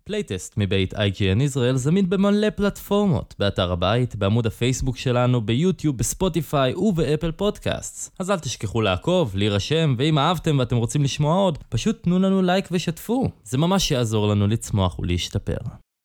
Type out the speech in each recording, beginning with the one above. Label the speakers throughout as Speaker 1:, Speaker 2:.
Speaker 1: פלייטסט מבית IGN ישראל זמין במלא פלטפורמות, באתר הבית, בעמוד הפייסבוק שלנו, ביוטיוב, בספוטיפיי ובאפל פודקאסטס. אז אל תשכחו לעקוב, להירשם, ואם אהבתם ואתם רוצים לשמוע עוד, פשוט תנו לנו לייק ושתפו. זה ממש יעזור לנו לצמוח ולהשתפר.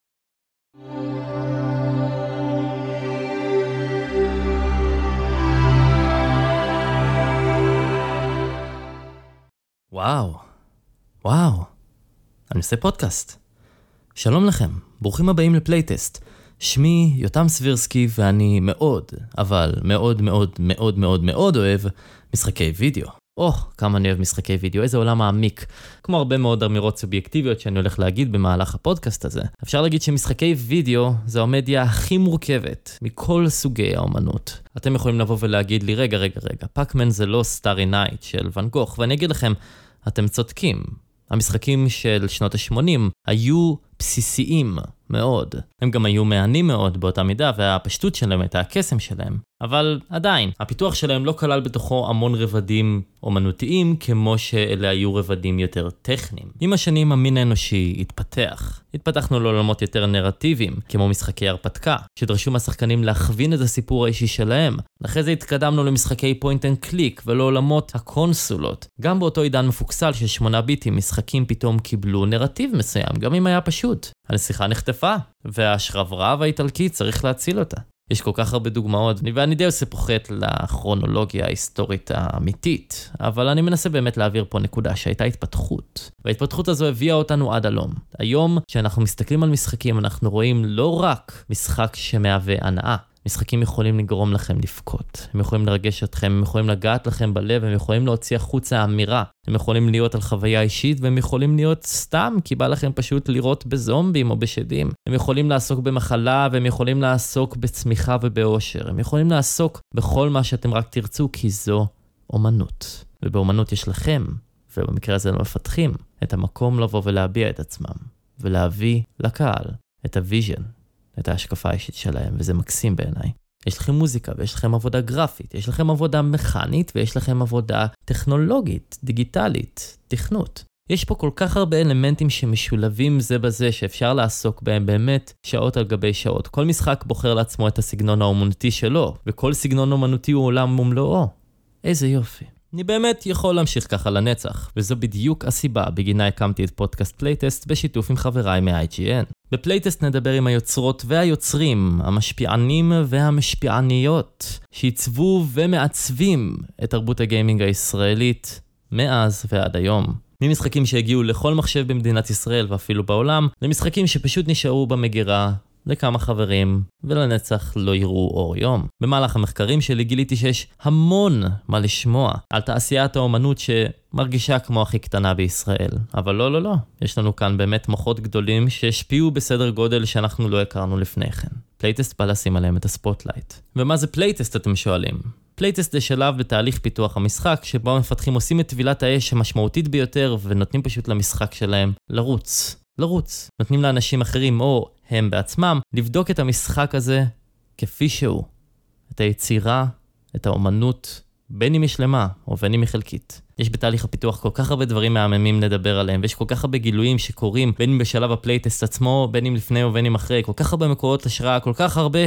Speaker 1: וואו, אני עושה פודקאסט. שלום לכם, ברוכים הבאים לפלייטסט. שמי יותם סבירסקי ואני מאוד, אבל מאוד מאוד מאוד מאוד מאוד אוהב משחקי וידאו. כמה אני אוהב משחקי וידאו, איזה עולם מעמיק. כמו הרבה מאוד אמירות סובייקטיביות שאני הולך להגיד במהלך הפודקאסט הזה. אפשר להגיד שמשחקי וידאו זו המדיה הכי מורכבת מכל סוגי האומנות. אתם יכולים לבוא ולהגיד לי, רגע, פאקמן זה לא סטארי נייט של ואן גוך, ואני אגיד לכם, אתם צודקים. המשחקים של שנות ה-80 היו בסיסיים מאוד. הם גם היו מעניינים מאוד באותה מידה, והפשטות שלהם הייתה הקסם שלהם. אבל עדיין, הפיתוח שלהם לא כלל בתוכו המון רבדים אומנותיים, כמו שאלה היו רבדים יותר טכניים. עם השנים המין האנושי התפתח. התפתחנו לעולמות יותר נרטיביים, כמו משחקי הרפתקה, שדרשו מהשחקנים להכווין את הסיפור האישי שלהם. אחרי זה התקדמנו למשחקי פוינט אנד קליק, ולעולמות הקונסולות. גם באותו עידן מפוקסל של 8 ביטים, משחקים פתאום קיבלו נרטיב מסוים, גם אם היה פשוט. הנסיכה נחטפה, והשרברב האיטלקי צריך להציל אותה. יש כל כך הרבה דוגמאות, ואני די עושה פוחת לכרונולוגיה ההיסטורית האמיתית, אבל אני מנסה באמת להעביר פה נקודה שהייתה התפתחות. וההתפתחות הזו הביאה אותנו עד הלום. היום, כשאנחנו מסתכלים על משחקים, אנחנו רואים לא רק משחק שמהווה הנאה. משחקים יכולים לגרום לכם לבכות, הם יכולים לרגש אתכם, הם יכולים לגעת לכם בלב, הם יכולים להוציא החוצה אמירה, הם יכולים להיות על חוויה אישית, והם יכולים להיות סתם, כי בא לכם פשוט לראות בזומבים או בשדים. הם יכולים לעסוק במחלה, והם יכולים לעסוק בצמיחה ובאושר, הם יכולים לעסוק בכל מה שאתם רק תרצו, כי זו אומנות. ובאומנות יש לכם, ובמקרה הזה לא מפתחים, את המקום לבוא ולהביע את עצמם, ולהביא לקהל את הוויז'ן. את ההשקפה האישית שלהם, וזה מקסים בעיניי. יש לכם מוזיקה, ויש לכם עבודה גרפית, יש לכם עבודה מכנית, ויש לכם עבודה טכנולוגית, דיגיטלית, תכנות. יש פה כל כך הרבה אלמנטים שמשולבים זה בזה, שאפשר לעסוק בהם באמת שעות על גבי שעות. כל משחק בוחר לעצמו את הסגנון האומנותי שלו, וכל סגנון אומנותי הוא עולם ומלואו. איזה יופי. אני באמת יכול להמשיך ככה לנצח, וזו בדיוק הסיבה בגינה הקמתי את פודקאסט פלייטסט בשיתוף עם חבריי מ-IGN. בפלייטסט נדבר עם היוצרות והיוצרים, המשפיענים והמשפיעניות, שעיצבו ומעצבים את תרבות הגיימינג הישראלית מאז ועד היום. ממשחקים שהגיעו לכל מחשב במדינת ישראל ואפילו בעולם, למשחקים שפשוט נשארו במגירה, לכמה חברים, ולנצח לא יראו אור יום. במהלך המחקרים שלי גיליתי שיש המון מה לשמוע על תעשיית האומנות שמרגישה כמו הכי קטנה בישראל. אבל לא. יש לנו כאן באמת מוחות גדולים שהשפיעו בסדר גודל שאנחנו לא הכרנו לפני כן. פלייטסט בא לשים עליהם את הספוטלייט. ומה זה פלייטסט אתם שואלים? פלייטסט זה שלב בתהליך פיתוח המשחק, שבו המפתחים עושים את טבילת האש המשמעותית ביותר, ונותנים פשוט למשחק שלהם לרוץ. נותנים לאנשים אחרים או הם בעצמם לבדוק את המשחק הזה כפי שהוא. את היצירה, את האומנות, בין אם היא שלמה או בין אם היא חלקית. יש בתהליך הפיתוח כל כך הרבה דברים מהממים לדבר עליהם, ויש כל כך הרבה גילויים שקורים בין אם בשלב הפלייטסט עצמו, בין אם לפני או בין אם אחרי, כל כך הרבה מקורות השראה, כל כך הרבה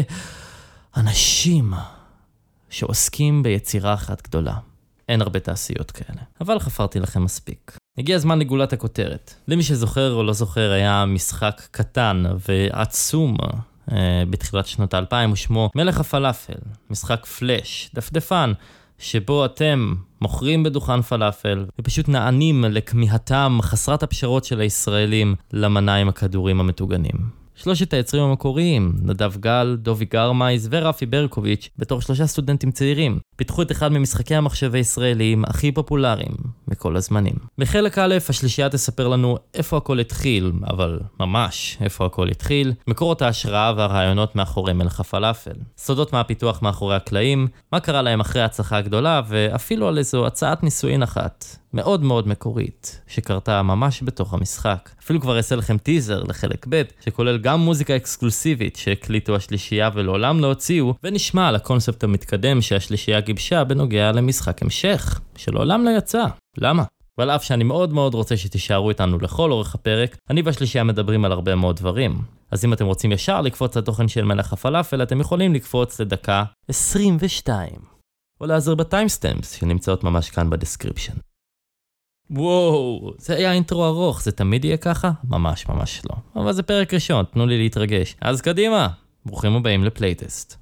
Speaker 1: אנשים שעוסקים ביצירה אחת גדולה. אין הרבה תעשיות כאלה. אבל חפרתי לכם מספיק. הגיע הזמן לגולת הכותרת. למי שזוכר או לא זוכר, היה משחק קטן ועצום בתחילת שנות ה-2000, ושמו מלך הפלאפל, משחק פלאש, דפדפן, שבו אתם מוכרים בדוכן פלאפל ופשוט נענים לכמיהתם חסרת הפשרות של הישראלים למנה עם הכדורים המתוגנים. שלושת היוצרים המקוריים, נדב גל, דובי גרמייז ורפי ברקוביץ', בתור 3 סטודנטים צעירים, פיתחו את אחד ממשחקי המחשב הישראליים הכי פופולריים מכל הזמנים. בחלק א', השלישייה תספר לנו איפה הכל התחיל, אבל ממש איפה הכל התחיל, מקורות ההשראה והרעיונות מאחורי מלך הפלאפל, סודות מהפיתוח מאחורי הקלעים, מה קרה להם אחרי ההצלחה הגדולה, ואפילו על איזו הצעת נישואין אחת. מאוד מאוד מקורית, שקרתה ממש בתוך המשחק. אפילו כבר אעשה לכם טיזר לחלק ב' שכולל גם מוזיקה אקסקלוסיבית שהקליטו השלישייה ולעולם לא הוציאו, ונשמע על הקונספט המתקדם שהשלישייה גיבשה בנוגע למשחק המשך, שלעולם לא יצא. למה? ועל אף שאני מאוד מאוד רוצה שתישארו איתנו לכל אורך הפרק, אני והשלישייה מדברים על הרבה מאוד דברים. אז אם אתם רוצים ישר לקפוץ לתוכן של מלך הפלאפל, אתם יכולים לקפוץ לדקה 22. או לעזר בטיימסטמפס שנמצאות ממש כאן בדסקריפשן. וואו, זה היה אינטרו ארוך, זה תמיד יהיה ככה? ממש ממש לא. אבל זה פרק ראשון, תנו לי להתרגש. אז קדימה, ברוכים הבאים לפלייטסט.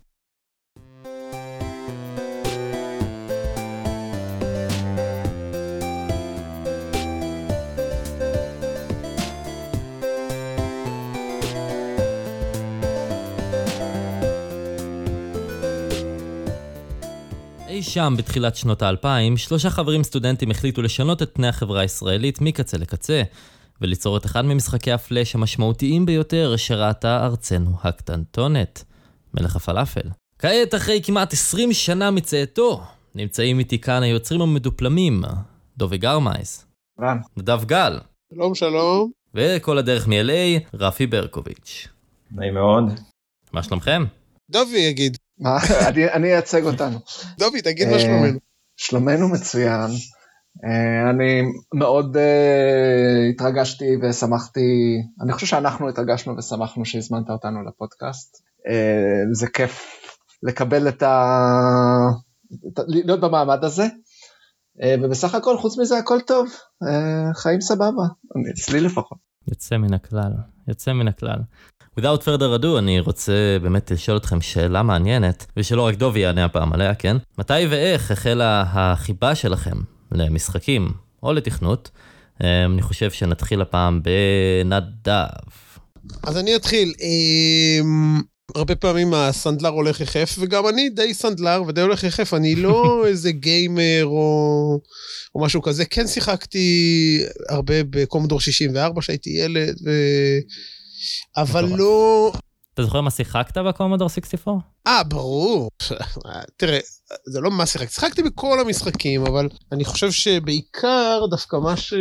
Speaker 1: אי שם בתחילת שנות ה-2000, 3 חברים סטודנטים החליטו לשנות את פני החברה הישראלית מקצה לקצה, וליצור את אחד ממשחקי הפלאש המשמעותיים ביותר שראתה ארצנו הקטנטונת, מלך הפלאפל. כעת, אחרי כמעט 20 שנה מצאתו, נמצאים איתי כאן היוצרים המדופלמים, דובי גרמייס, נדב גל,
Speaker 2: שלום שלום,
Speaker 1: וכל הדרך מ-LA, רפי ברקוביץ'.
Speaker 3: נעים מאוד.
Speaker 1: מה שלומכם?
Speaker 2: דובי יגיד.
Speaker 4: אני אייצג אותנו.
Speaker 2: דובי, תגיד מה שלומנו.
Speaker 4: שלומנו מצוין. אני מאוד התרגשתי ושמחתי, אני חושב שאנחנו התרגשנו ושמחנו שהזמנת אותנו לפודקאסט. זה כיף לקבל להיות במעמד הזה, ובסך הכל חוץ מזה הכל טוב, חיים סבבה, אצלי לפחות.
Speaker 1: יוצא מן הכלל, יוצא מן הכלל. Without further ado, אני רוצה באמת לשאול אתכם שאלה מעניינת, ושלא רק דובי יענה הפעם עליה, כן? מתי ואיך החלה החיבה שלכם למשחקים או לתכנות? אני חושב שנתחיל הפעם בנדב.
Speaker 2: אז אני אתחיל. הרבה פעמים הסנדלר הולך יחף, וגם אני די סנדלר ודי הולך יחף. אני לא איזה גיימר או משהו כזה. כן שיחקתי הרבה בקומודור 64 שהייתי ילד, אבל לא...
Speaker 1: אתה זוכר מה שיחקת בקומודור 64?
Speaker 2: ברור. תראה, זה לא מה שיחקתי בכל המשחקים, אבל אני חושב שבעיקר דווקא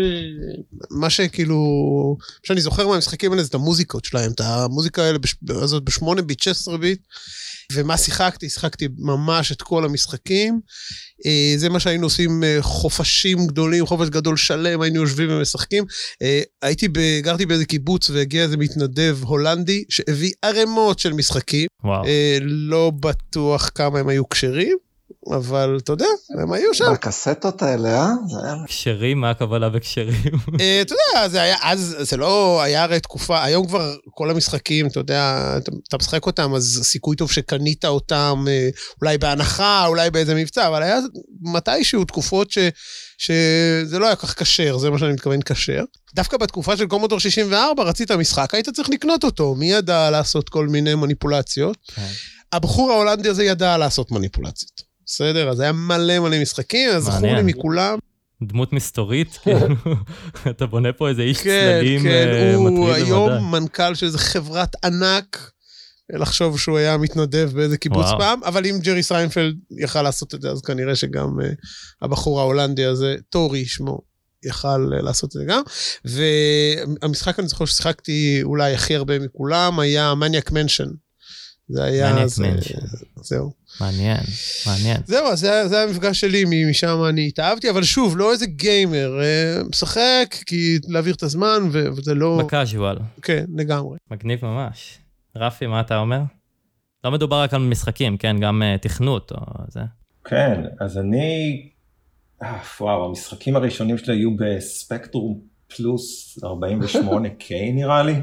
Speaker 2: מה שכאילו, שאני זוכר מהמשחקים האלה זה את המוזיקות שלהם, את המוזיקה האלה הזאת ב8 ביט, 16 ביט, ומה שיחקתי ממש את כל המשחקים, זה מה שהיינו עושים חופשים גדולים, חופש גדול שלם, היינו יושבים ומשחקים, גרתי באיזה קיבוץ והגיע איזה מתנדב הולנדי, שהביא ערימות של משחקים, לא בטוח כמה הם היו קשרים, אבל אתה יודע, הם היו שם.
Speaker 4: בקסטות האלה,
Speaker 1: קשרים, מה הכוונה בקשרים?
Speaker 2: אתה יודע, זה היה, אז זה לא היה הרי תקופה, היום כבר כל המשחקים, אתה יודע, אתה משחק אותם, אז סיכוי טוב שקנית אותם, אולי בהנחה, אולי באיזה מבצע, אבל היה מתישהו תקופות שזה לא היה כך קשר, זה מה שאני מתכוון קשר. דווקא בתקופה של קומודור 64 רצית משחק, היית צריך לקנות אותו, מי ידע לעשות כל מיני מניפולציות? הבחור ההולנדי הזה ידע לעשות מניפולציות. בסדר, אז היה מלא משחקים, אז זכור לי מכולם.
Speaker 1: דמות מסתורית, אתה בונה פה איזה איש צללים מטריד
Speaker 2: למדי. הוא היום
Speaker 1: למדי.
Speaker 2: מנכ"ל של איזה חברת ענק, לחשוב שהוא היה מתנדב באיזה קיבוץ פעם, אבל אם ג'רי סיינפלד יכל לעשות את זה, אז כנראה שגם הבחור ההולנדי הזה, טורי שמו, יכל לעשות את זה גם. והמשחק אני זוכר ששיחקתי אולי הכי הרבה מכולם, היה מניאק מנשן. זה היה... זהו.
Speaker 1: מעניין.
Speaker 2: זהו, זה היה המפגש שלי, משם אני התאהבתי, אבל שוב, לא איזה גיימר, משחק, כי להעביר את הזמן, וזה לא...
Speaker 1: בקאז'ואל.
Speaker 2: כן, לגמרי.
Speaker 1: מגניב ממש. רפי, מה אתה אומר? לא מדובר רק על משחקים, כן? גם תכנות או זה.
Speaker 3: כן, אז אני... וואו, המשחקים הראשונים שלי היו בספקטרום פלוס 48K נראה לי.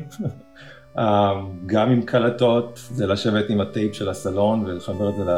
Speaker 3: גם עם קלטות, זה לשבת עם הטייפ של הסלון ולחבר את זה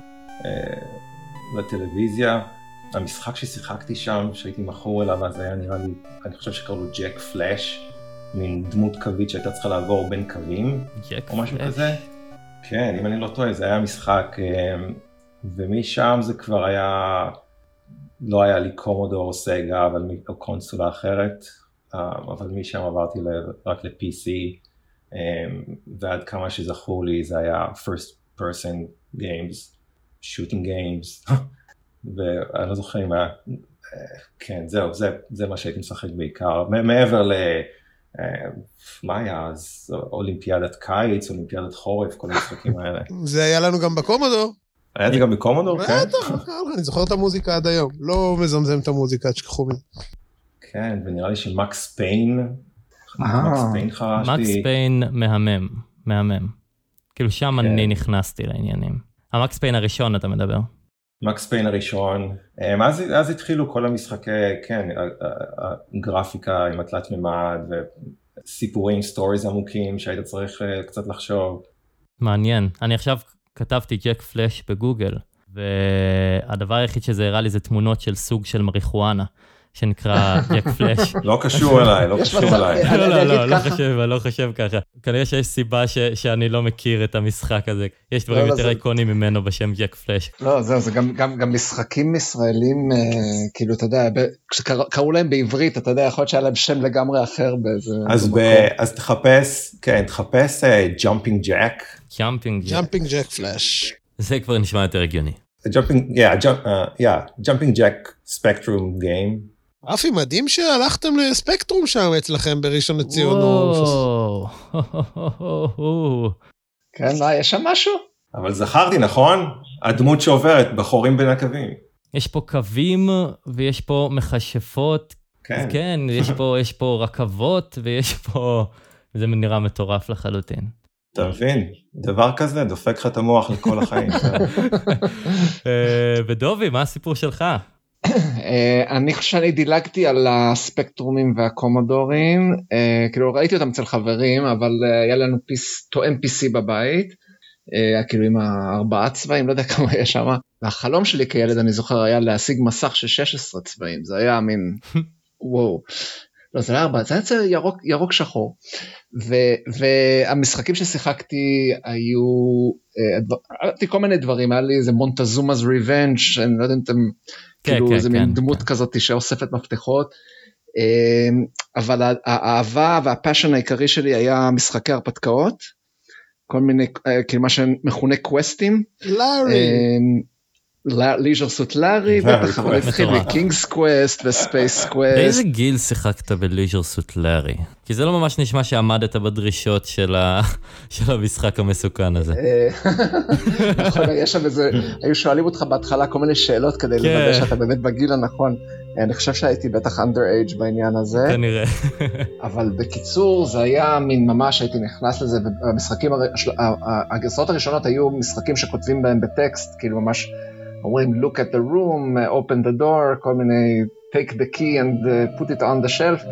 Speaker 3: לטלוויזיה. המשחק ששיחקתי שם, שהייתי מכור אליו, אז היה נראה לי, אני חושב שקראו לו ג'ק פלאש, מין דמות קווית שהייתה צריכה לעבור בין קווים, או משהו כזה. כן, אם אני לא טועה, זה היה משחק, ומשם זה כבר היה, לא היה לי קומודור או סגה, או קונסולה אחרת, אבל משם עברתי רק ל-PC, ועד כמה שזכור לי זה היה first person games, shooting games, ואני לא זוכר אם היה, כן, זהו, זה מה שהייתי משחק בעיקר, מעבר ל... מה היה אז? אולימפיאדת קיץ, אולימפיאדת חורף, כל המשחקים האלה.
Speaker 2: זה היה לנו גם בקומודור.
Speaker 3: היה זה גם בקומודור, כן?
Speaker 2: אני זוכר את המוזיקה עד היום, לא מזמזם את המוזיקה, תשכחו ממנו.
Speaker 3: כן, ונראה לי שמקס פיין, חרשתי.
Speaker 1: מקס פיין מהמם. כאילו שם אני נכנסתי לעניינים. המקס פיין הראשון אתה מדבר.
Speaker 3: מקס פיין הראשון, אז התחילו כל המשחקי, כן, הגרפיקה עם התלת ממד, וסיפורים, סטוריז עמוקים, שהיית צריך קצת לחשוב.
Speaker 1: מעניין, אני עכשיו כתבתי ג'ק פלאש בגוגל, והדבר היחיד שזה הראה לי זה תמונות של סוג של מריחואנה, שנקרא ג'ק פלאש.
Speaker 3: לא קשור אליי, לא קשור אליי.
Speaker 1: לא חושב ככה. כנראה שיש סיבה שאני לא מכיר את המשחק הזה. יש דברים יותר איקונים ממנו בשם ג'ק פלאש.
Speaker 4: לא, זהו, זה גם משחקים ישראלים, כאילו, אתה יודע, כשקראו להם בעברית, אתה יודע, יכול להיות שהיה להם שם לגמרי אחר באיזה...
Speaker 3: אז תחפש, כן, תחפש ג'אמפינג ג'ק.
Speaker 2: ג'אמפינג ג'ק פלאש.
Speaker 1: זה כבר נשמע יותר הגיוני.
Speaker 3: Jumping Jack Spectrum game.
Speaker 2: אפי, מדהים שהלכתם לספקטרום שם אצלכם בראשון לציון.
Speaker 4: כן, יש שם משהו?
Speaker 3: אבל זכרתי, נכון? הדמות שעוברת, בחורים בין הקווים.
Speaker 1: יש פה קווים ויש פה מכשפות. כן, יש פה רכבות ויש פה... זה נראה מטורף לחלוטין.
Speaker 3: אתה מבין? דבר כזה דופק לך את המוח לכל החיים.
Speaker 1: ודובי, מה הסיפור שלך?
Speaker 4: אני חושב שאני דילגתי על הספקטרומים והקומודורים, כאילו ראיתי אותם אצל חברים, אבל היה לנו תואם PC בבית, כאילו עם 4 צבעים, לא יודע כמה יש שם, והחלום שלי כילד, אני זוכר, היה להשיג מסך של 16 צבעים, זה היה מין, וואו. לא, זה היה 4, זה היה ירוק שחור, והמשחקים ששיחקתי היו, כל מיני דברים, היה לי איזה מונטזומא's Revenge, אני לא יודע אם אתם, כאילו איזה מין דמות כזאת שאוספת מפתחות, אבל האהבה והפאשן העיקרי שלי היה משחקי הרפתקאות, כל מיני, כאילו מה שמכונה קווסטים, ליז'ר סוט לארי, בטח, אבל התחיל מקינגס קווסט וספייס קווסט.
Speaker 1: באיזה גיל שיחקת בליז'ר סוט לארי? כי זה לא ממש נשמע שעמדת בדרישות של המשחק המסוכן הזה.
Speaker 4: נכון, יש שם איזה, היו שואלים אותך בהתחלה כל מיני שאלות כדי לוודא שאתה באמת בגיל הנכון. אני חושב שהייתי בטח underage בעניין הזה.
Speaker 1: כנראה.
Speaker 4: אבל בקיצור, זה היה מין ממש, הייתי נכנס לזה, והמשחקים, הגרסאות הראשונות היו משחקים שכותבים בהם בטקסט, כאילו ממש אומרים, look at the room, open the door, כל מיני, take the key and put it on the shelf,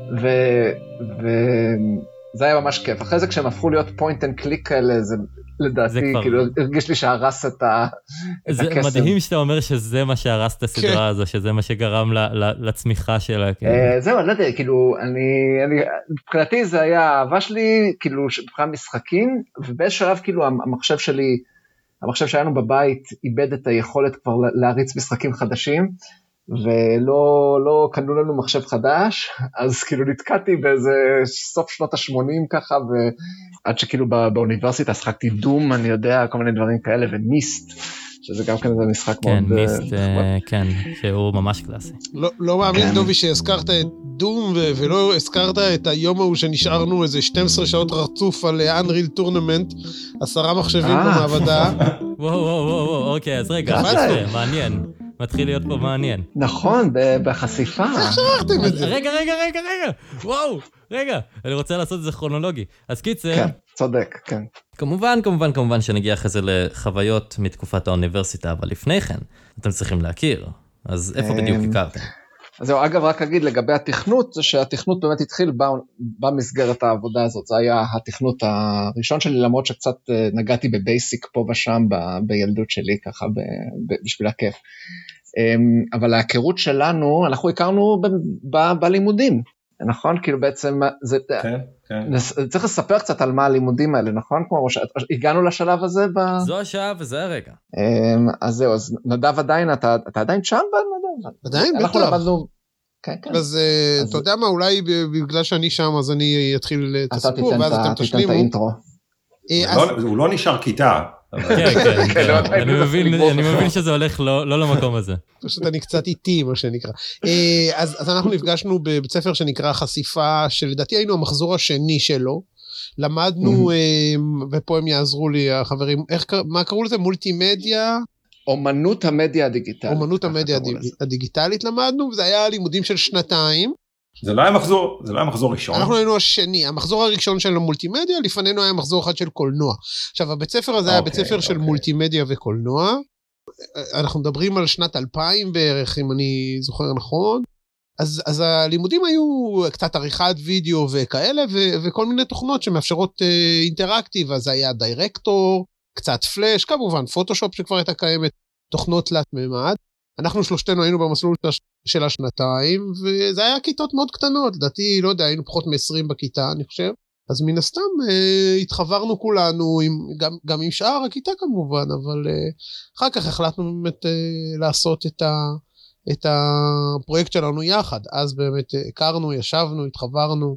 Speaker 4: וזה היה ממש כיף. אחרי זה כשהם הפכו להיות point and click כאלה, זה לדעתי, כאילו, הרגיש לי שהרס את
Speaker 1: זה הקסם. מדהים שאתה אומר שזה מה שהרס את הסדרה הזו, שזה מה שגרם לצמיחה שלה.
Speaker 4: זהו, אני לא יודע, כאילו, מבחינתי זה היה האהבה שלי, כאילו, מבחינת משחקים, ובאיזה שלב, כאילו, המחשב שהיה לנו בבית איבד את היכולת כבר להריץ משחקים חדשים, ולא קנו לנו מחשב חדש, אז כאילו נתקעתי באיזה סוף שנות ה-80 ככה, ועד שכאילו באוניברסיטה שחקתי דום, אני יודע, כל מיני דברים כאלה, ומיסט, שזה גם כן איזה משחק מאוד...
Speaker 1: כן, מיסט, כן, שהוא ממש קלאסי.
Speaker 2: לא מאמין, דובי, שהזכרת את דום, ולא הזכרת את היום ההוא שנשארנו איזה 12 שעות רצוף על Unreal Tournament, 10 מחשבים במעבדה.
Speaker 1: וואו, אוקיי, אז רגע, מעניין. מתחיל להיות פה מעניין.
Speaker 4: נכון, בחשיפה.
Speaker 2: איך שכחתם את זה?
Speaker 1: רגע, וואו, רגע, אני רוצה לעשות את זה כרונולוגי. אז קיצר...
Speaker 4: כן, צודק, כן.
Speaker 1: כמובן שנגיע אחרי זה לחוויות מתקופת האוניברסיטה, אבל לפני כן, אתם צריכים להכיר. אז איפה בדיוק הכרתם?
Speaker 4: אז זהו, אגב, רק אגיד לגבי התכנות, זה שהתכנות באמת התחיל במסגרת העבודה הזאת, זה היה התכנות הראשון שלי, למרות שקצת נגעתי בבייסיק פה ושם בילדות שלי, ככה בשביל הכיף. אבל ההיכרות שלנו, אנחנו הכרנו בלימודים, נכון? כאילו בעצם, צריך לספר קצת על מה הלימודים האלה, נכון? כמו הגענו לשלב הזה?
Speaker 1: זו השעה וזה הרגע.
Speaker 4: אז זהו, אז נדב עדיין, אתה עדיין שם?
Speaker 2: עדיין,
Speaker 4: אנחנו
Speaker 2: בטח.
Speaker 4: למדנו...
Speaker 2: אז אתה יודע מה, אולי בגלל שאני שם, אז אני אתחיל את הסיפור, ואז אתם תשלימו.
Speaker 4: תיתן את האינטרו.
Speaker 3: הוא לא נשאר כיתה.
Speaker 1: כן, אני מבין שזה הולך לא למקום הזה.
Speaker 2: פשוט אני קצת איטי, מה שנקרא. אז אנחנו נפגשנו בבית ספר שנקרא חשיפה, שלדעתי היינו המחזור השני שלו, למדנו, ופה הם יעזרו לי, החברים, מה קראו לזה? מולטימדיה?
Speaker 4: אומנות המדיה הדיגיטלית.
Speaker 2: אומנות המדיה הדיגיטלית למדנו, וזה היה לימודים של 2 שנתיים,
Speaker 3: זה לא היה מחזור ראשון.
Speaker 2: אנחנו היינו השני, המחזור הראשון של המולטימדיה, לפנינו היה מחזור אחד של קולנוע. עכשיו, הבית ספר הזה היה בית ספר של מולטימדיה וקולנוע, אנחנו מדברים על שנת 2000 בערך, אם אני זוכר נכון, אז הלימודים היו קצת עריכת וידאו וכאלה, וכל מיני תוכנות שמאפשרות אינטראקטיב, אז היה דירקטור, קצת פלאש, כמובן, פוטושופ שכבר הייתה קיימת, תוכנות תלת ממד, אנחנו שלושתנו היינו במסלול של השנתיים, וזה היה כיתות מאוד קטנות, לדעתי, לא יודע, היינו פחות מ-20 בכיתה, אני חושב, אז מן הסתם התחברנו כולנו, גם עם שאר הכיתה כמובן, אבל אחר כך החלטנו באמת לעשות את הפרויקט שלנו יחד, אז באמת הכרנו, ישבנו, התחברנו,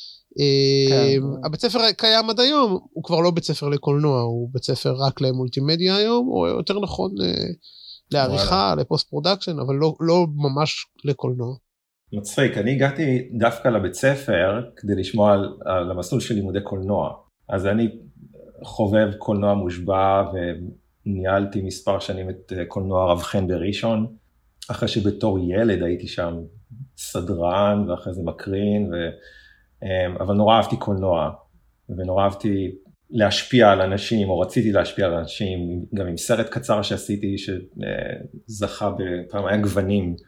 Speaker 2: הבית ספר קיים עד היום, הוא כבר לא בית ספר לקולנוע, הוא בית ספר רק למולטימדיה היום, או יותר נכון לעריכה, לפוסט פרודקשן, אבל לא ממש לקולנוע.
Speaker 3: מצחיק, אני הגעתי דווקא לבית ספר כדי לשמוע על המסלול של לימודי קולנוע, אז אני חובב קולנוע מושבע וניהלתי מספר שנים את קולנוע רב חן בראשון, אחרי שבתור ילד הייתי שם סדרן ואחרי זה מקרין, אבל נורא אהבתי קולנוע ונורא אהבתי להשפיע על אנשים, או רציתי להשפיע על אנשים, גם עם סרט קצר שעשיתי שזכה בפעם היה גוונים,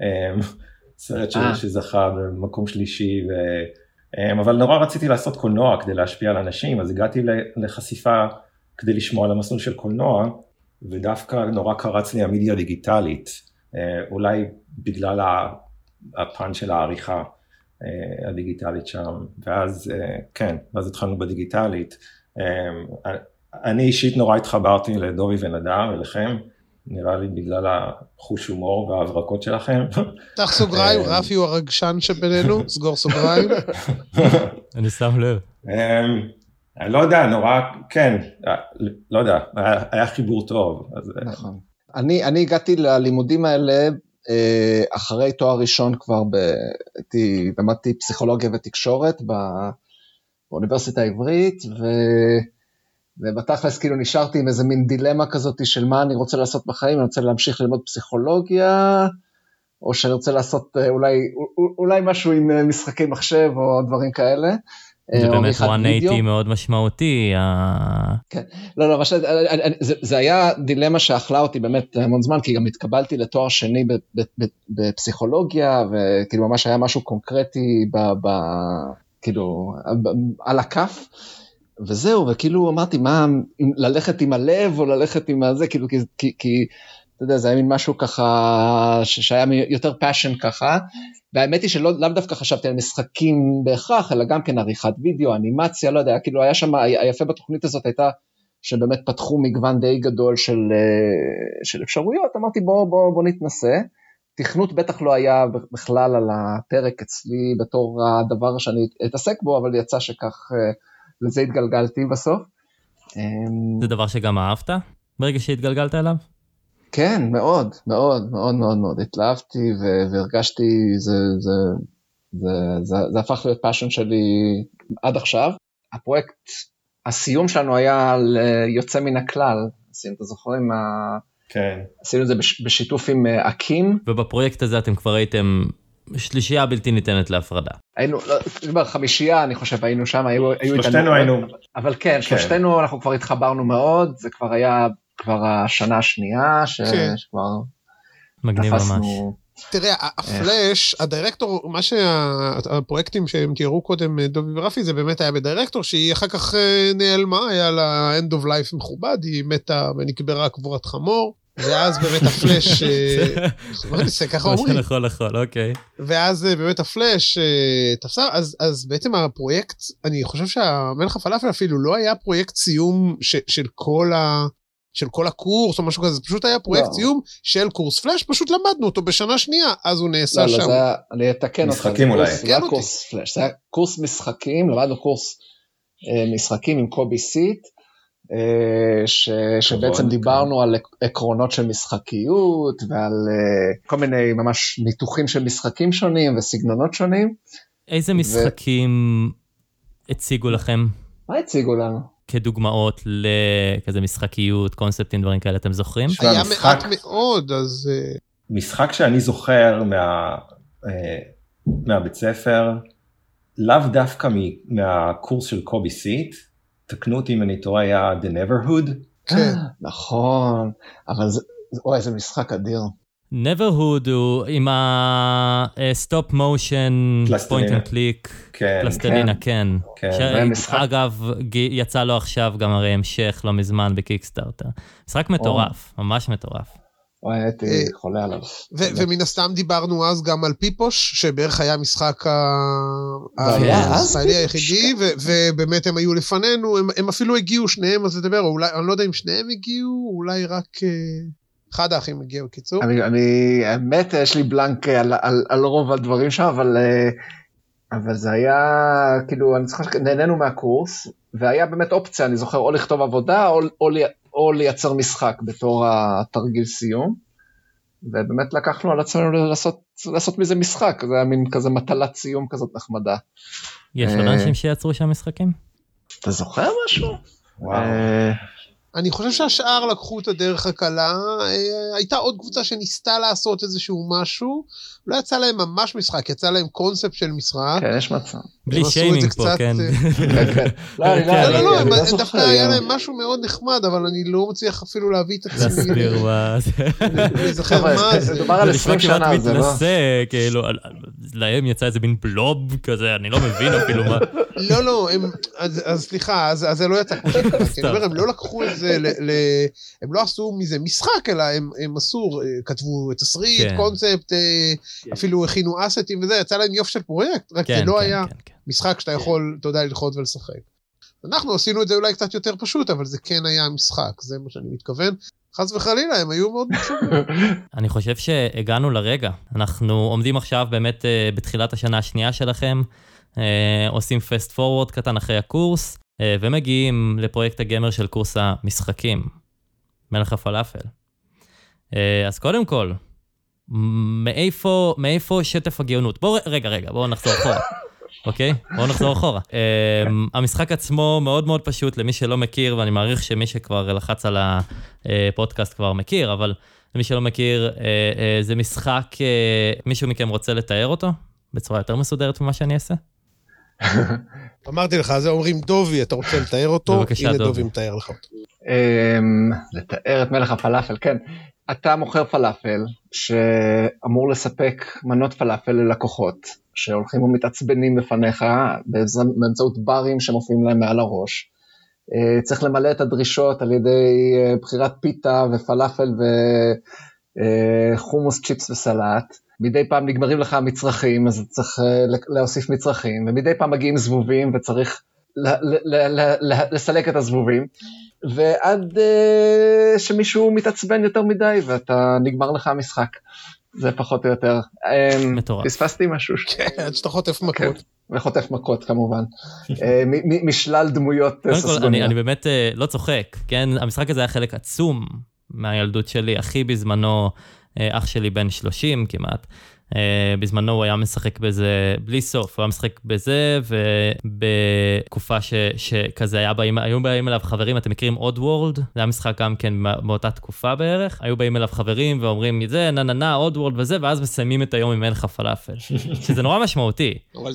Speaker 3: סרט שזכה במקום שלישי, אבל נורא רציתי לעשות קולנוע כדי להשפיע על אנשים, אז הגעתי לחשיפה כדי לשמוע על המסלול של קולנוע, ודווקא נורא קרץ לי המדיה דיגיטלית, אולי בגלל הפן של העריכה הדיגיטלית שם, ואז כן, ואז התחלנו בדיגיטלית, אני אישית נורא התחברתי לדובי ונדב ולכם, נראה לי בגלל החוש הומור וההברקות שלכם.
Speaker 2: פתח סוגריים, רפי הוא הרגשן שבינינו, סגור סוגריים.
Speaker 1: אני שם לב.
Speaker 3: אני לא יודע, נורא, כן, לא יודע, היה חיבור טוב.
Speaker 4: נכון. אני הגעתי ללימודים האלה, אחרי תואר ראשון כבר, למדתי פסיכולוגיה ותקשורת באוניברסיטה העברית, ובתכלס כאילו נשארתי עם איזה מין דילמה כזאת של מה אני רוצה לעשות בחיים, אני רוצה להמשיך ללמוד פסיכולוגיה, או שאני רוצה לעשות אולי משהו עם משחקי מחשב או דברים כאלה.
Speaker 1: זה באמת 180 מאוד משמעותי.
Speaker 4: כן, לא, זה היה דילמה שאכלה אותי באמת המון זמן, כי גם התקבלתי לתואר שני בפסיכולוגיה, וכאילו ממש היה משהו קונקרטי כאילו על הכף, וזהו, וכאילו אמרתי, מה, ללכת עם הלב או ללכת עם הזה, כאילו, כי אתה יודע, זה היה מין משהו ככה, שהיה יותר passion ככה, והאמת היא שלא דווקא חשבתי על משחקים בהכרח, אלא גם כן עריכת וידאו, אנימציה, לא יודע, כאילו היה שם, היפה בתוכנית הזאת הייתה, שבאמת פתחו מגוון די גדול של אפשרויות, אמרתי בוא נתנסה, תכנות בטח לא היה בכלל על הפרק אצלי, בתור הדבר שאני אתעסק בו, אבל יצא שכך, לזה התגלגלתי בסוף.
Speaker 1: זה דבר שגם אהבת ברגע שהתגלגלת אליו?
Speaker 4: כן, מאוד, מאוד, מאוד, מאוד, מאוד. התלהבתי והרגשתי, זה הפך להיות פאשן שלי עד עכשיו. הפרויקט, הסיום שלנו היה יוצא מן הכלל, אתה זוכרים?
Speaker 3: כן.
Speaker 4: עשינו את זה בשיתוף עם אקים.
Speaker 1: ובפרויקט הזה אתם כבר הייתם שלישייה בלתי ניתנת להפרדה.
Speaker 4: היינו, חמישייה, אני חושב, היינו שם,
Speaker 3: שלושתנו היינו.
Speaker 4: אבל כן, שלושתנו אנחנו כבר התחברנו מאוד, זה כבר היה כבר השנה השנייה, שכבר
Speaker 1: מגניב ממש.
Speaker 2: תראה, הפלאש, הדירקטור, מה שהפרויקטים שהם תיארו קודם, דובי ורפי, זה באמת היה בדירקטור, שהיא אחר כך נעלמה, היה לה end of life מכובד, היא מתה ונקברה קבורת חמור, ואז באמת הפלאש, ככה אומרים.
Speaker 1: נכון, אוקיי.
Speaker 2: ואז באמת הפלאש תפסה, אז בעצם הפרויקט, אני חושב שהמלך הפלאפל אפילו לא היה פרויקט סיום של כל הקורס או משהו כזה, זה פשוט היה פרויקט סיום של קורס פלאש, פשוט למדנו אותו בשנה שנייה, אז הוא נעשה שם.
Speaker 4: אני אתקן אותך.
Speaker 3: משחקים אולי.
Speaker 4: זה היה קורס פלאש, זה היה קורס משחקים, למדנו קורס משחקים עם קובי סיט, שבעצם דיברנו על עקרונות של משחקיות, ועל כל מיני ממש ניתוחים של משחקים שונים וסגנונות שונים.
Speaker 1: איזה משחקים הציגו לכם?
Speaker 4: מה הציגו לנו?
Speaker 1: כדוגמאות לכזה משחקיות, קונספטים, דברים כאלה, אתם זוכרים?
Speaker 2: היה מעט מאוד, אז...
Speaker 3: משחק שאני זוכר מהבית ספר, לאו דווקא מהקורס של קובי סיט, תקנו אותי אם אני טועה, היה The Neverhood.
Speaker 4: נכון, אבל זה משחק אדיר.
Speaker 1: Neverhood הוא עם ה-stop motion, point and click, פלסטלינה, כן. שאגב, יצא לו עכשיו גם הרי המשך לא מזמן בקיקסטארטר. משחק מטורף, ממש מטורף.
Speaker 4: הייתי חולה עליו.
Speaker 2: ומן הסתם דיברנו אז גם על פיפוש, שבערך היה משחק הישראלי היחידי, ובאמת הם היו לפנינו, הם אפילו הגיעו שניהם, אז לדבר, אני לא יודע אם שניהם הגיעו, אולי רק אחד האחים הגיעו, קיצור.
Speaker 4: האמת, יש לי בלנק על רוב הדברים שם, אבל זה היה, כאילו, אני זוכר שנהנינו מהקורס, והיה באמת אופציה, אני זוכר, או לכתוב עבודה, או לייצר משחק בתור התרגיל סיום, ובאמת לקחנו על עצמנו לעשות מזה משחק, זה היה מין כזה מטלת סיום כזאת נחמדה.
Speaker 1: יש עוד אנשים שיצרו שם משחקים?
Speaker 4: אתה זוכר משהו?
Speaker 3: וואו.
Speaker 2: אני חושב שהשאר לקחו את הדרך הקלה, הייתה עוד קבוצה שניסתה לעשות איזשהו משהו, לא יצא להם ממש משחק, יצא להם קונספט של משחק.
Speaker 4: כן, יש מצב.
Speaker 1: בלי שיימינג פה, כן.
Speaker 2: לא, דווקא היה להם משהו מאוד נחמד, אבל אני לא מצליח אפילו להביא את עצמי.
Speaker 1: להסביר מה זה.
Speaker 2: להיזכר מה זה.
Speaker 4: מדובר על 20 שנה, זה לא?
Speaker 1: מתנסה, כאילו, להם יצא איזה מין בלוב כזה, אני לא מבין אפילו מה.
Speaker 2: לא, אז סליחה, אז זה לא יצא כמו שהתכוונתי. אני אומר, הם לא לקחו את זה, הם לא עשו מזה משחק, אלא הם עשו, כתבו תסריט, קונספט, אפילו הכינו אסטים וזה, יצא להם יופי של פרויקט, רק זה לא היה משחק שאתה יכול, אתה יודע, ללחוץ ולשחק. אנחנו עשינו את זה אולי קצת יותר פשוט, אבל זה כן היה משחק, זה מה שאני מתכוון. חס וחלילה, הם היו מאוד פשוטים.
Speaker 1: אני חושב שהגענו לרגע. אנחנו עומדים עכשיו באמת בתחילת השנה השנייה שלכם, עושים fast forward קטן אחרי הקורס, ומגיעים לפרויקט הגמר של קורס המשחקים, מלך הפלאפל. אז קודם כל, מאיפה שטף הגאונות? בואו נחזור אחורה. אוקיי? בואו נחזור אחורה. המשחק עצמו מאוד מאוד פשוט למי שלא מכיר, ואני מעריך שמי שכבר לחץ על הפודקאסט כבר מכיר, אבל למי שלא מכיר, זה משחק, מישהו מכם רוצה לתאר אותו? בצורה יותר מסודרת ממה שאני אעשה?
Speaker 2: אמרתי לך, זה אומרים דובי, אתה רוצה לתאר אותו?
Speaker 1: בבקשה,
Speaker 2: הנה דובי מתאר לך אותו.
Speaker 4: לתאר את מלך הפלאפל, כן. אתה מוכר פלאפל שאמור לספק מנות פלאפל ללקוחות, שהולכים ומתעצבנים בפניך באמצעות ברים שמופיעים להם מעל הראש. צריך למלא את הדרישות על ידי בחירת פיתה ופלאפל וחומוס, צ'יפס וסלט. מדי פעם נגמרים לך המצרכים, אז צריך להוסיף מצרכים, ומדי פעם מגיעים זבובים וצריך לסלק את הזבובים, ועד שמישהו מתעצבן יותר מדי, ואתה נגמר לך המשחק. זה פחות או יותר.
Speaker 1: מטורף.
Speaker 4: פספסתי משהו.
Speaker 2: כן, עד שאתה חוטף מכות.
Speaker 4: וחוטף מכות כמובן. משלל דמויות ססגוניות.
Speaker 1: אני באמת לא צוחק, כן? המשחק הזה היה חלק עצום מהילדות שלי, הכי בזמנו, אח שלי בן 30 כמעט, בזמנו הוא היה משחק בזה בלי סוף, הוא היה משחק בזה, ובתקופה שכזה היו באים אליו חברים, אתם מכירים עוד וורלד? זה היה משחק גם כן באותה תקופה בערך, היו באים אליו חברים ואומרים זה, עוד וורלד וזה, ואז מסיימים את היום עם מלך הפלאפל, שזה נורא משמעותי.
Speaker 2: אבל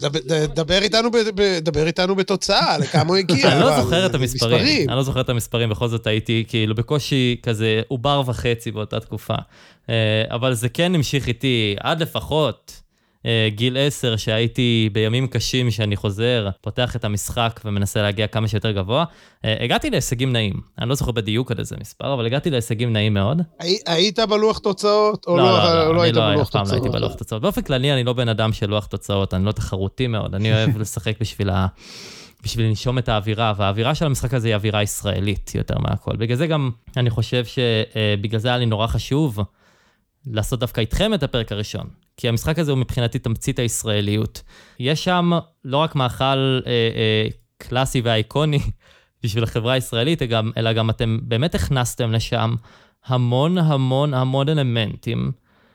Speaker 2: דבר איתנו בתוצאה, לכמה הוא הגיע.
Speaker 1: אני לא זוכר את המספרים, בכל זאת הייתי כאילו בקושי כזה עובר וחצי באותה תקופה. אבל זה כן המשיך איתי עד לפחות גיל 10, שהייתי בימים קשים שאני חוזר, פותח את המשחק ומנסה להגיע כמה שיותר גבוה. הגעתי להישגים נעים. אני לא זוכר בדיוק עד איזה מספר, אבל הגעתי להישגים נעים מאוד.
Speaker 2: היית בלוח תוצאות או לא היית בלוח תוצאות?
Speaker 1: לא הייתי בלוח תוצאות. באופן כללי אני לא בן אדם של לוח תוצאות, אני לא תחרותי מאוד. אני אוהב לשחק בשביל לנשום את האווירה, והאווירה של המשחק הזה היא אווירה ישראלית יותר מהכל. בגלל זה גם אני חושב שבגלל זה היה לי נורא חשוב לעשות דווקא איתכם את הפרק הראשון, כי המשחק הזה הוא מבחינתי תמצית הישראליות. יש שם לא רק מאכל קלאסי והאיקוני בשביל החברה הישראלית, אלא גם אתם באמת הכנסתם לשם המון המון המון אלמנטים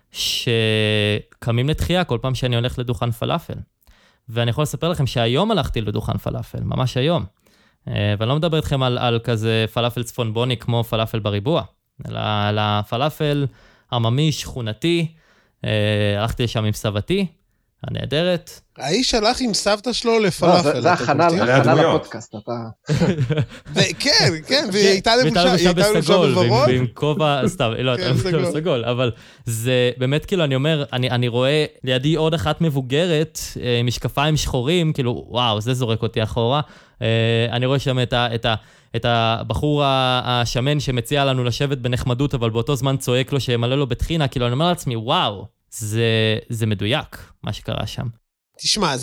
Speaker 1: שקמים לתחייה כל פעם שאני הולך לדוכן פלאפל. ואני יכול לספר לכם שהיום הלכתי לדוכן פלאפל, ממש היום. ואני לא מדבר איתכם על כזה פלאפל צפונבוני כמו פלאפל בריבוע, אלא על הפלאפל עממי, שכונתי, הלכתי לשם עם סבתי, הנהדרת.
Speaker 2: האיש הלך עם סבתא שלו לפלאפל.
Speaker 4: זה הכנה לפודקאסט, אתה...
Speaker 2: כן, כן, והיא הייתה לבושה בוורוד.
Speaker 1: ועם כובע, סתם, לא, אתה לבושה בסגול, אבל זה באמת כאילו, אני אומר, אני רואה לידי עוד אחת מבוגרת, משקפיים שחורים, כאילו, וואו, זה זורק אותי אחורה. אני רואה שם את הבחור השמן שמציע לנו לשבת בנחמדות, אבל באותו זמן צועק לו שמלא לו בתחינה, כאילו, אני אומר לעצמי, וואו, זה מדויק, מה שקרה שם.
Speaker 2: תשמע,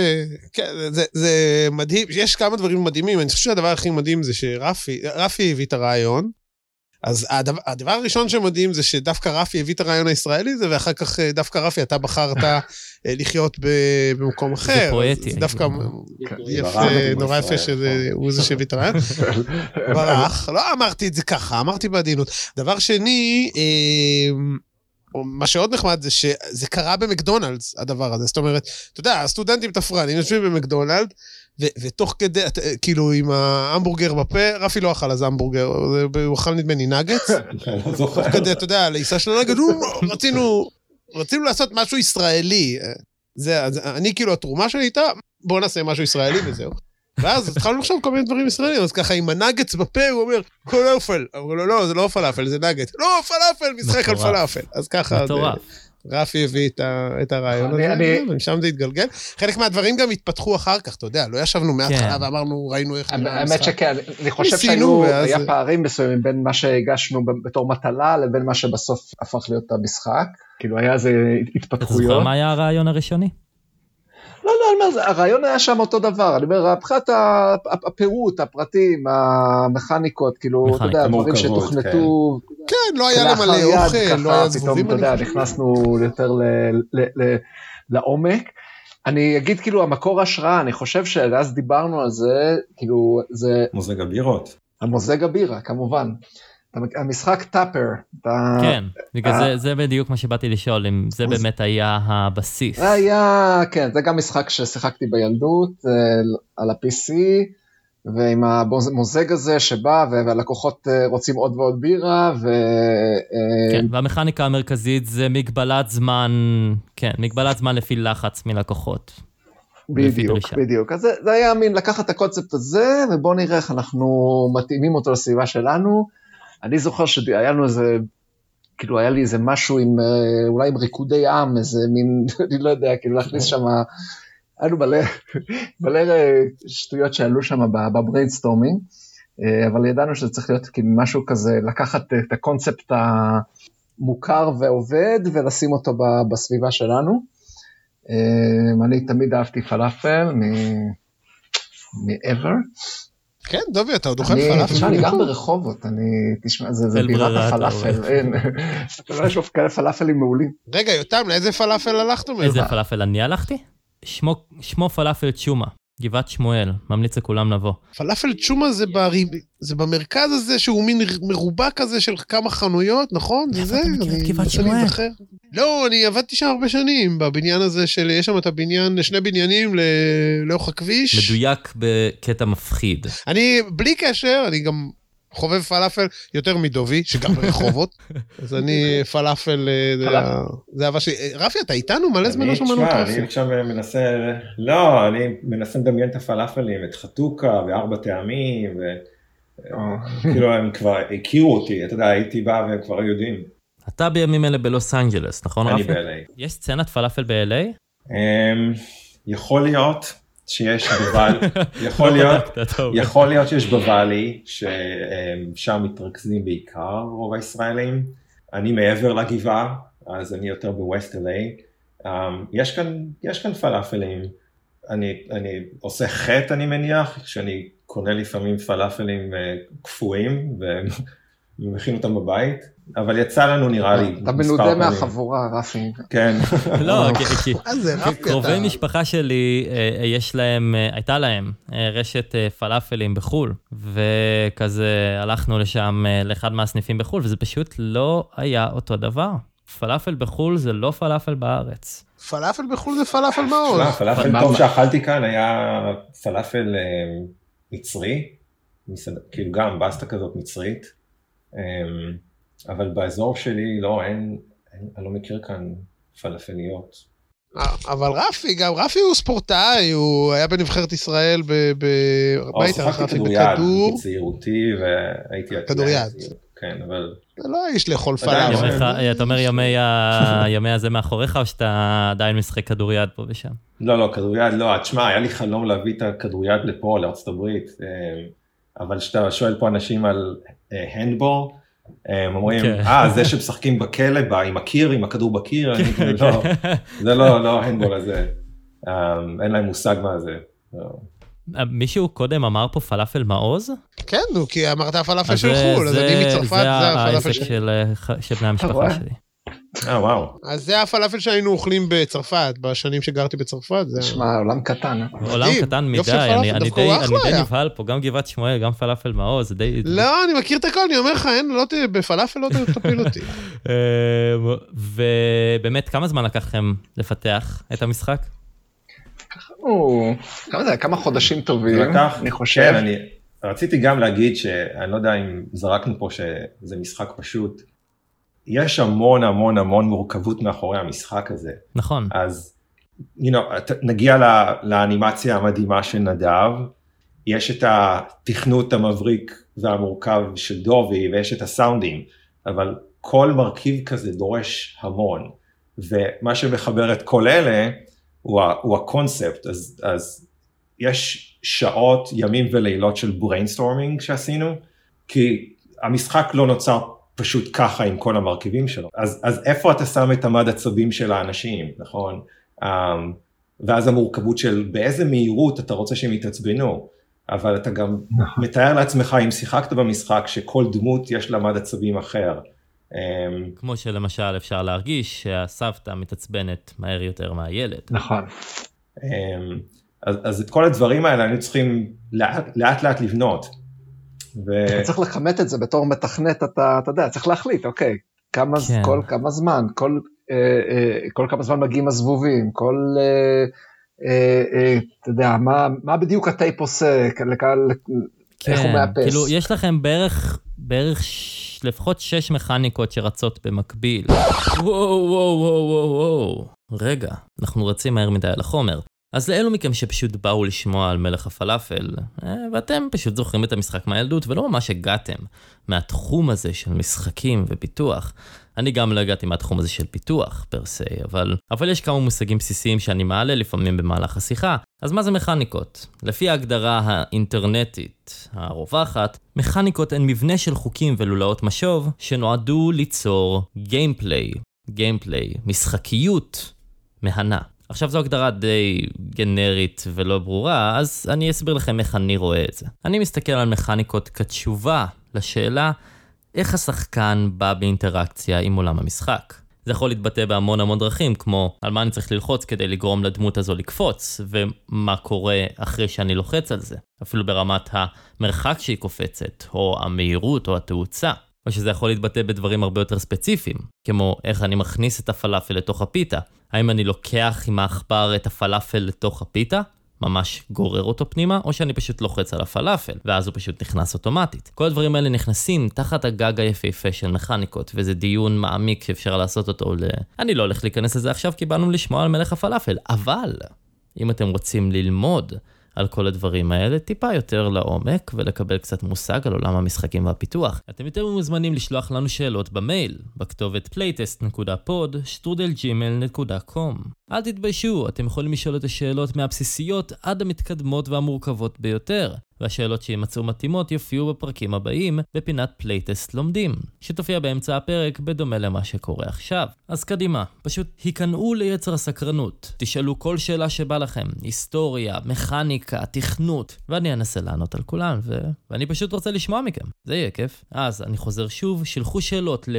Speaker 2: זה מדהים, יש כמה דברים מדהימים, אני חושב שהדבר הכי מדהים זה שרפי הביא את הרעיון, אז הדבר הראשון שמדהים זה שדווקא רפי הביא את הרעיון הישראלי, ואחר כך דווקא רפי, אתה בחרת לחיות במקום אחר.
Speaker 1: זה פואטי.
Speaker 2: זה דווקא נורא יפה שהוא זה שהביא את הרעיון. ברח, לא אמרתי את זה ככה, אמרתי בעדינות. דבר שני, מה שעוד נחמד זה שזה קרה במקדונלדס, הדבר הזה. זאת אומרת, אתה יודע, הסטודנטים תפרנים יושבים במקדונלד, ותוך כדי, כאילו עם ההמבורגר בפה, רפי לא אכל אז המבורגר, הוא אכל נדמה לי נגץ. תוך כדי, אתה יודע, לעיסה של הנגץ, רצינו לעשות משהו ישראלי. אני כאילו, התרומה שלי איתה, בואו נעשה משהו ישראלי וזהו. ואז התחלנו לחשוב כל מיני דברים ישראלים, אז ככה עם הנגץ בפה הוא אומר, פלאפל, אמרו לו, לא, זה לא פלאפל, זה נגץ, לא, פלאפל, משחק על פלאפל. אז ככה רפי הביא את הרעיון הזה, ומשם זה התגלגל. חלק מהדברים גם התפתחו אחר כך, אתה יודע, לא ישבנו מההתחלה ואמרנו, ראינו איך...
Speaker 4: האמת שכן, אני חושב שהיה פערים מסוימים בין מה שהגשנו בתור מטלה, לבין מה שבסוף הפך להיות המשחק, כאילו היה איזה התפתחויות.
Speaker 1: אתה זוכר מה היה הרעיון הראשוני?
Speaker 4: לא, הרעיון היה שם אותו דבר, אני אומר, מבחינת הפירוט, הפרטים, המכניקות, כאילו, אתה יודע, דברים שתוכנתו,
Speaker 2: כן, לא היה למלא אוכל, לא היה זבובים,
Speaker 4: אתה יודע, נכנסנו יותר לעומק, אני אגיד כאילו, המקור השראה, אני חושב שאז דיברנו על זה, כאילו, זה...
Speaker 3: מוזג הבירות.
Speaker 4: המוזג הבירה, כמובן. המשחק טאפר.
Speaker 1: כן, זה בדיוק מה שבאתי לשאול, אם זה באמת היה הבסיס.
Speaker 4: היה, כן, זה גם משחק ששיחקתי בילדות, על ה-PC, ועם המוזג הזה שבא, והלקוחות רוצים עוד ועוד בירה,
Speaker 1: כן, והמכניקה המרכזית זה מגבלת זמן, כן, מגבלת זמן לפי לחץ מלקוחות.
Speaker 4: בדיוק. אז זה היה מין לקחת את הקונספט הזה, ובוא נראה איך אנחנו מתאימים אותו לסביבה שלנו. אני זוכר שהיה לנו איזה, כאילו היה לי איזה משהו עם, אולי עם ריקודי עם, איזה מין, אני לא יודע, כאילו להכניס שם, היינו מלא שטויות שעלו שם בבריינסטורמינג, אבל ידענו שזה צריך להיות כאילו משהו כזה, לקחת את הקונספט המוכר ועובד, ולשים אותו בסביבה שלנו. אני תמיד אהבתי פלאפל, מ-ever.
Speaker 2: כן, דובי, אתה עוד אוכל פלאפל?
Speaker 4: אני גר ברחובות, תשמע, זה בירת הפלאפל, אתה לא יש כאלה פלאפלים מעולים.
Speaker 2: רגע, יותם, לאיזה פלאפל הלכתם?
Speaker 1: איזה פלאפל אני הלכתי? שמו פלאפל צ'ומה, גבעת שמואל, ממליץ לכולם לבוא.
Speaker 2: פלאפל צ'ומה זה במרכז הזה, שהוא מין מרובע כזה של כמה חנויות, נכון? זה זה?
Speaker 1: גבעת שמואל.
Speaker 2: לא, אני עבדתי שם הרבה שנים, בבניין הזה יש שם את הבניין, שני בניינים לאורך הכביש.
Speaker 1: מדויק בקטע מפחיד.
Speaker 2: אני, בלי קשר, אני גם חובב פלאפל יותר מדובי, שגם ברחובות. אז אני פלאפל, זה אהבה שלי. רפי, אתה איתנו? מלא זמן לא שמענו את רפי.
Speaker 3: אני עכשיו מנסה, לא, אני מנסה לדמיין את הפלאפלים, את חתוקה וארבע טעמים, כאילו הם כבר הכירו אותי, אתה יודע, הייתי בא והם כבר יודעים.
Speaker 1: אתה בימים אלה בלוס אנג'לס, נכון רפי?
Speaker 3: אני ב-LA.
Speaker 1: יש סצנת פלאפל ב-LA?
Speaker 3: יכול להיות שיש יכול להיות שיש בוואלי, ששם מתרכזים בעיקר רוב הישראלים. אני מעבר לגבעה, אז אני יותר בווסט LA. יש כאן פלאפלים. אני עושה חטא, אני מניח, שאני קונה לפעמים פלאפלים קפואים, ומכין אותם בבית, אבל יצא לנו נראה לי.
Speaker 4: אתה מנודה מהחבורה, רפי.
Speaker 3: כן.
Speaker 1: לא, כי קרובי משפחה שלי, הייתה להם רשת פלאפלים בחול, וכזה הלכנו לשם לאחד מהסניפים בחול, וזה פשוט לא היה אותו דבר. פלאפל בחול זה לא פלאפל בארץ.
Speaker 2: פלאפל בחול זה פלאפל מאוד.
Speaker 3: פלאפל טוב שאכלתי כאן היה פלאפל מצרי, כאילו גם בסטה כזאת מצרית, אבל באזור שלי לא, אני לא מכיר כאן פלאפליות.
Speaker 2: אבל רפי הוא ספורטאי, הוא היה בנבחרת ישראל בבית רפי בכדור.
Speaker 3: בצעירותי והייתי...
Speaker 2: כדוריד.
Speaker 3: כן, אבל...
Speaker 2: זה לא איש לאכול פלאפל.
Speaker 1: אתה אומר ימי הזה מאחוריך, או שאתה עדיין משחק כדוריד פה ושם?
Speaker 3: לא, כדוריד לא. תשמע, היה לי חלום להביא את הכדוריד לפה, לארצות הברית, אבל שאתה שואל פה אנשים על הנדבול, הם אומרים, זה שמשחקים בכלא, עם הקיר, עם הכדור בקיר, זה לא הנדבול הזה, אין להם מושג מה זה.
Speaker 1: מישהו קודם אמר פה פלאפל מעוז?
Speaker 2: כן, כי אמרת הפלאפל של חול, אז אני מצרפת, זה הפלאפל
Speaker 1: של בני המשפחה שלי.
Speaker 3: וואו.
Speaker 2: אז זה הפלאפל שהיינו אוכלים בצרפת, בשנים שגרתי בצרפת.
Speaker 4: שמע, עולם קטן.
Speaker 1: עולם קטן מדי, אני די נבהל פה, גם גבעת שמואל, גם פלאפל מעוז, זה די...
Speaker 2: לא, אני מכיר את הכל, אני אומר לך, בפלאפל לא תפיל אותי.
Speaker 1: ובאמת, כמה זמן לקח לכם לפתח את המשחק?
Speaker 4: כמה חודשים טובים, אני חושב.
Speaker 3: כן, רציתי גם להגיד שאני לא יודע אם זרקנו פה שזה משחק פשוט, יש המון מורכבות מאחורי המשחק הזה.
Speaker 1: נכון.
Speaker 3: אז, נגיע לאנימציה המדהימה של נדב, יש את התכנות המבריק והמורכב של דובי, ויש את הסאונדים, אבל כל מרכיב כזה דורש המון, ומה שמחבר את כל אלה, הוא הקונספט, אז יש שעות, ימים ולילות של בריינסטורמינג שעשינו, כי המשחק לא נוצר פשוט ככה עם כל המרכיבים שלו. אז איפה אתה שם את המד עצבים של האנשים, נכון? ואז המורכבות של באיזה מהירות אתה רוצה שהם יתעצבנו, אבל אתה גם מתאר לעצמך אם שיחקת במשחק שכל דמות יש לה מד עצבים אחר.
Speaker 1: כמו שלמשל אפשר להרגיש שהסבתא מתעצבנת מהר יותר מהילד.
Speaker 4: נכון.
Speaker 3: אז את כל הדברים האלה אני צריכים לאט לבנות.
Speaker 4: אתה צריך לכמת את זה בתור מתכנת, אתה יודע, צריך להחליט, אוקיי, כל כמה זמן, כל כמה זמן מגיעים הזבובים, אתה יודע, מה בדיוק הטייפ עושה, איך הוא מאפס.
Speaker 1: כאילו, יש לכם בערך לפחות 6 מכניקות שרצות במקביל. וואו. רגע, אנחנו רצים מהר מדי על החומר. אז לאלו מכם שפשוט באו לשמוע על מלך הפלאפל, ואתם פשוט זוכרים את המשחק מהילדות, ולא ממש הגעתם מהתחום הזה של משחקים ופיתוח. אני גם לא הגעתי מהתחום הזה של פיתוח, פרסי, אבל יש כמה מושגים בסיסיים שאני מעלה לפעמים במהלך השיחה. אז מה זה מכניקות? לפי ההגדרה האינטרנטית הרווחת, מכניקות הן מבנה של חוקים ולולאות משוב, שנועדו ליצור גיימפליי, משחקיות מהנה. עכשיו זו הגדרה די גנרית ולא ברורה, אז אני אסביר לכם איך אני רואה את זה. אני מסתכל על מכניקות כתשובה לשאלה איך השחקן בא באינטראקציה עם עולם המשחק. זה יכול להתבטא בהמון דרכים, כמו על מה אני צריך ללחוץ כדי לגרום לדמות הזו לקפוץ, ומה קורה אחרי שאני לוחץ על זה. אפילו ברמת המרחק שהיא קופצת, או המהירות או התאוצה. או שזה יכול להתבטא בדברים הרבה יותר ספציפיים, כמו איך אני מכניס את הפלאפל לתוך הפיתה. האם אני לוקח עם האחבר את הפלאפל לתוך הפיתה, ממש גורר אותו פנימה, או שאני פשוט לוחץ על הפלאפל, ואז הוא פשוט נכנס אוטומטית. כל הדברים האלה נכנסים תחת הגג היפהפה של מכניקות, וזה דיון מעמיק שאפשר לעשות אותו אני לא הולך להיכנס לזה עכשיו, כי באנו לשמוע על מלך הפלאפל, אבל אם אתם רוצים ללמוד על כל הדברים האלה, טיפה יותר לעומק, ולקבל קצת מושג על עולם המשחקים והפיתוח. אתם יותר מוזמנים לשלוח לנו שאלות במייל, בכתובת playtest.pod@gmail.com. אל תתביישו, אתם יכולים לשאול את השאלות מהבסיסיות עד המתקדמות והמורכבות ביותר, והשאלות שימצאו מתאימות יופיעו בפרקים הבאים בפינת פלייטסט לומדים, שתופיע באמצע הפרק בדומה למה שקורה עכשיו. אז קדימה, פשוט היכנעו ליצר הסקרנות, תשאלו כל שאלה שבא לכם, היסטוריה, מכניקה, תכנות, ואני אנסה לענות על כולן, ואני פשוט רוצה לשמוע מכם, זה יהיה כיף. אז אני חוזר שוב, שלחו שאלות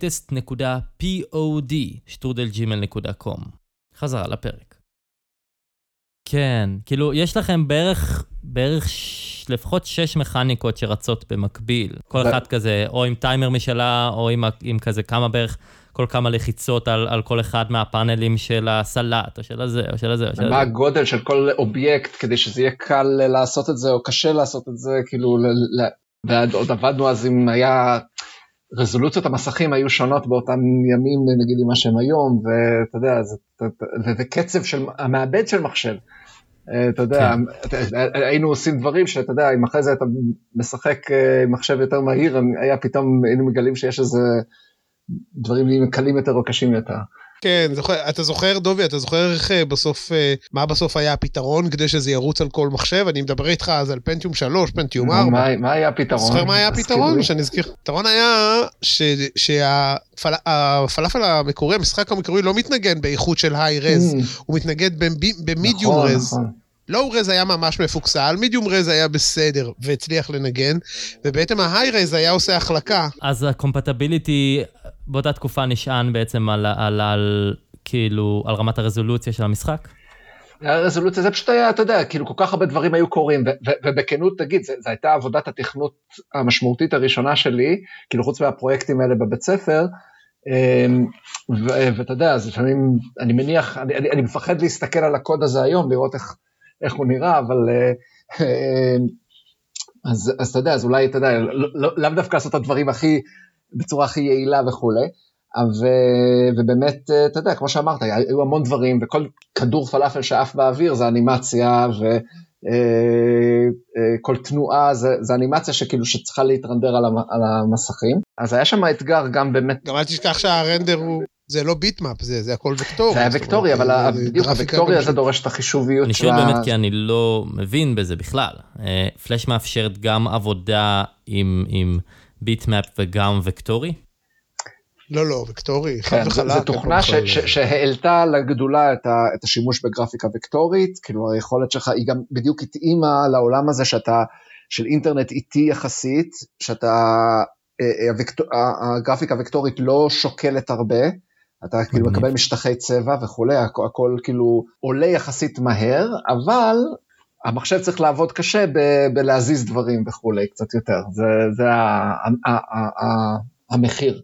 Speaker 1: ל-playtest.pod@gmail.com. חזרה לפרק. כן, כאילו יש לכם בערך לפחות 6 מכניקות שרצות במקביל. כל אחת כזה, או עם טיימר משלה, או עם כזה בערך כל כמה לחיצות על כל אחד מהפאנלים של הסלט, או של הזה, או של הזה.
Speaker 4: מה הגודל של כל אובייקט, כדי שזה יהיה קל לעשות את זה, או קשה לעשות את זה, כאילו, ועוד עבדנו אז אם היה רזולוציות המסכים היו שונות באותם ימים, נגיד מה שהם היום, ואתה יודע, וקצב של, המעבד של מחשב, אתה יודע, היינו עושים דברים שאתה יודע, אם אחרי זה אתה משחק מחשב יותר מהיר, היה פתאום, היינו מגלים שיש איזה דברים קלים יותר או קשים יותר.
Speaker 2: כן, אתה זוכר, דובי, אתה זוכר איך בסוף, מה בסוף היה הפתרון כדי שזה ירוץ על כל מחשב? אני מדבר איתך אז על פנטיום 3, פנטיום 4.
Speaker 4: מה היה הפתרון?
Speaker 2: זוכר מה היה הפתרון? שאני אזכיר. הפתרון היה שהפלאפל המקורי, המשחק המקורי לא מתנגן באיכות של היי-רז, הוא מתנגד במידיום רז. לואו רז היה ממש מפוקסל, מידיום רז היה בסדר והצליח לנגן, ובעצם ההיי-רז היה עושה החלקה.
Speaker 1: אז הקומפטביליטי באותה תקופה נשען בעצם כאילו, על רמת הרזולוציה של המשחק?
Speaker 4: הרזולוציה, זה פשוט היה, אתה יודע, כאילו כל כך הרבה דברים היו קורים, ובכנות תגיד, זו הייתה עבודת התכנות המשמעותית הראשונה שלי, כאילו חוץ מהפרויקטים האלה בבית ספר, ואתה יודע, אז לפעמים, אני מניח, אני מפחד להסתכל על הקוד הזה היום, לראות איך הוא נראה, אבל אז אתה יודע, אז אולי, אתה יודע, לאו דווקא לעשות את הדברים בצורה הכי יעילה וכולי, ובאמת, אתה יודע, כמו שאמרת, היו המון דברים, וכל כדור פלאפל שאף באוויר זה אנימציה, וכל תנועה זה אנימציה שכאילו שצריכה להתרנדר על המסכים, אז היה שם האתגר גם באמת.
Speaker 2: גם אל תשכח שהרנדר הוא, זה לא ביטמאפ, זה הכל וקטורי.
Speaker 4: זה היה וקטורי, אבל בדיוק הוקטורי הזה דורש את החישוביות.
Speaker 1: אני שואל באמת כי אני לא מבין בזה בכלל. פלאש מאפשרת גם עבודה עם ביטמאפ וגם וקטורי?
Speaker 2: לא, וקטורי.
Speaker 4: זו תוכנה שהעלתה לגדולה את השימוש בגרפיקה וקטורית, כאילו היכולת שלך היא גם בדיוק התאימה לעולם הזה של אינטרנט איטי יחסית, הגרפיקה וקטורית לא שוקלת הרבה, אתה כאילו מקבל משטחי צבע וכולי, הכל כאילו עולה יחסית מהר, אבל המחשב צריך לעבוד קשה בלהזיז דברים וכולי, קצת יותר, זה המחיר.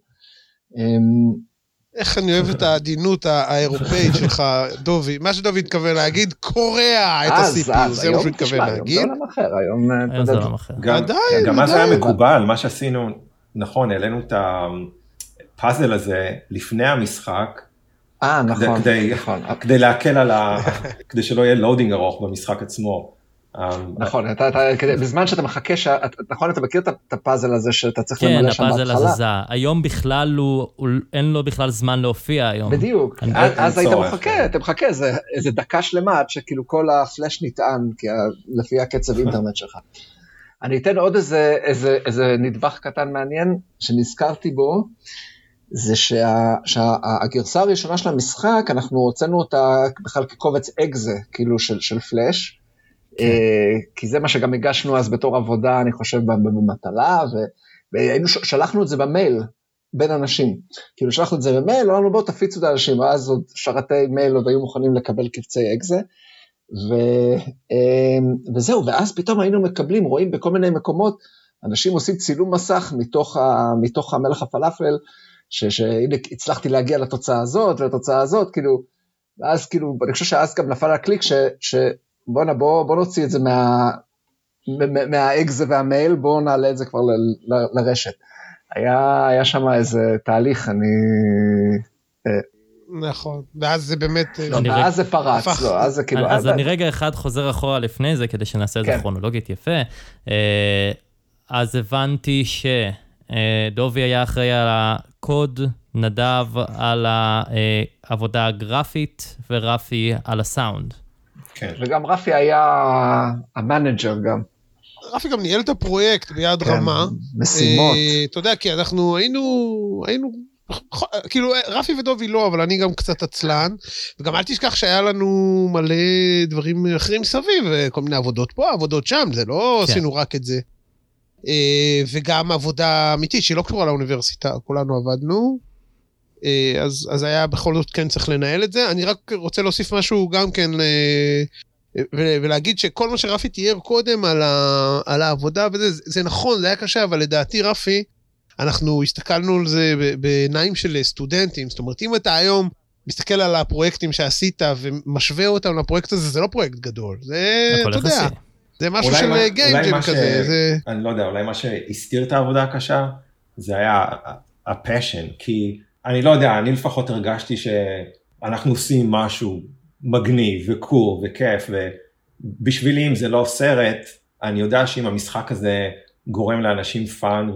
Speaker 2: איך אני אוהב את העדינות האירופאית שלך, דובי, מה שדובי התכוון להגיד, קורע את ה-CPU, זה מה שהוא התכוון להגיד.
Speaker 4: היום זה עולם אחר, היום
Speaker 1: זה עולם אחר.
Speaker 3: גם אז היה מקובל, מה שעשינו, נכון, העלינו את הפאזל הזה לפני המשחק,
Speaker 4: נכון.
Speaker 3: כדי להקל כדי שלא יהיה לואודינג ארוך במשחק עצמו.
Speaker 4: נכון, בזמן שאתה מחכה, נכון, אתה מכיר את הפאזל הזה שאתה צריך למלא שם בהתחלה?
Speaker 1: כן, הפאזל הזזה. היום בכלל אין לו בכלל זמן להופיע היום.
Speaker 4: בדיוק, אז היית מחכה, איזה דקה שלמה, עד שכאילו כל הפלאש נטען, לפי הקצב אינטרנט שלך. אני אתן עוד איזה נדבך קטן מעניין, שנזכרתי בו, זה שהגרסה הראשונה של המשחק, אנחנו הוצאנו אותה בכלל כקובץ אקזה, כאילו של פלאש, כי זה מה שגם הגשנו אז בתור עבודה, אני חושב, במטלה, ושלחנו את זה במייל בין אנשים, כאילו שלחנו את זה במייל, לא לנו בואו תפיצו את האנשים, אז עוד שרתי מייל עוד היו מוכנים לקבל קבצי אקזה, וזהו, ואז פתאום היינו מקבלים, רואים בכל מיני מקומות, אנשים עושים צילום מסך מתוך המלך הפלאפל, שהנה הצלחתי להגיע לתוצאה הזאת, ולתוצאה הזאת, כאילו, ואז כאילו, אני חושב שאז גם נפל הקליק, בוא נוציא את זה מהאקזה והמייל, בוא נעלה את זה כבר לרשת. היה שם איזה תהליך,
Speaker 2: נכון, ואז זה באמת...
Speaker 4: אז זה פרץ, אז זה כאילו...
Speaker 1: אז אני רגע אחד חוזר אחורה לפני זה, כדי שנעשה את זה כרונולוגית יפה. אז הבנתי שדובי היה אחראי על הקוד, נדב על העבודה הגרפית, ורפי על הסאונד.
Speaker 3: כן.
Speaker 4: וגם רפי היה המנג'ר גם.
Speaker 2: רפי גם ניהל את הפרויקט ביד רמה.
Speaker 4: משימות.
Speaker 2: אתה יודע, כי אנחנו היינו, כאילו רפי ודובי לא, אבל אני גם קצת עצלן, וגם אל תשכח שהיה לנו מלא דברים אחרים סביב, כל מיני עבודות פה, עבודות שם, זה לא עשינו רק את זה. וגם עבודה אמיתית, שהיא לא קשורה לאוניברסיטה, כולנו עבדנו, אז היה בכל זאת כן צריך לנהל את זה. אני רק רוצה להוסיף משהו גם כן, ולהגיד שכל מה שרפי תיאר קודם על העבודה וזה, זה נכון, זה היה קשה, אבל לדעתי רפי, אנחנו הסתכלנו על זה בעיניים של סטודנטים, זאת אומרת, אם אתה היום מסתכל על הפרויקטים שעשית ומשווה אותם לפרויקט הזה, זה לא פרויקט גדול, זה, אתה יודע, זה משהו של גיים ג'ם כזה.
Speaker 3: אני לא יודע, אולי מה שהסתיר את העבודה הקשה, זה היה הפשן, כי אני לא יודע, אני לפחות הרגשתי שאנחנו עושים משהו מגניב וקור וכיף, ובשבילי אם זה לא סרט, אני יודע שאם המשחק הזה גורם לאנשים פאן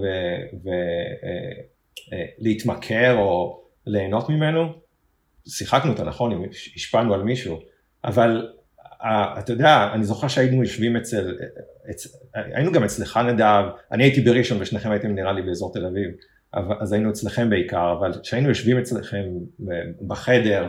Speaker 3: להתמכר או ליהנות ממנו, שיחקנו אותה, נכון, אם השפענו על מישהו, אבל אתה יודע, אני זוכר שהיינו יושבים היינו גם אצלך נדב, אני הייתי בראשון ושניכם הייתם נראה לי באזור תל אביב, אז היינו אצלכם בעיקר, אבל כשהיינו יושבים אצלכם בחדר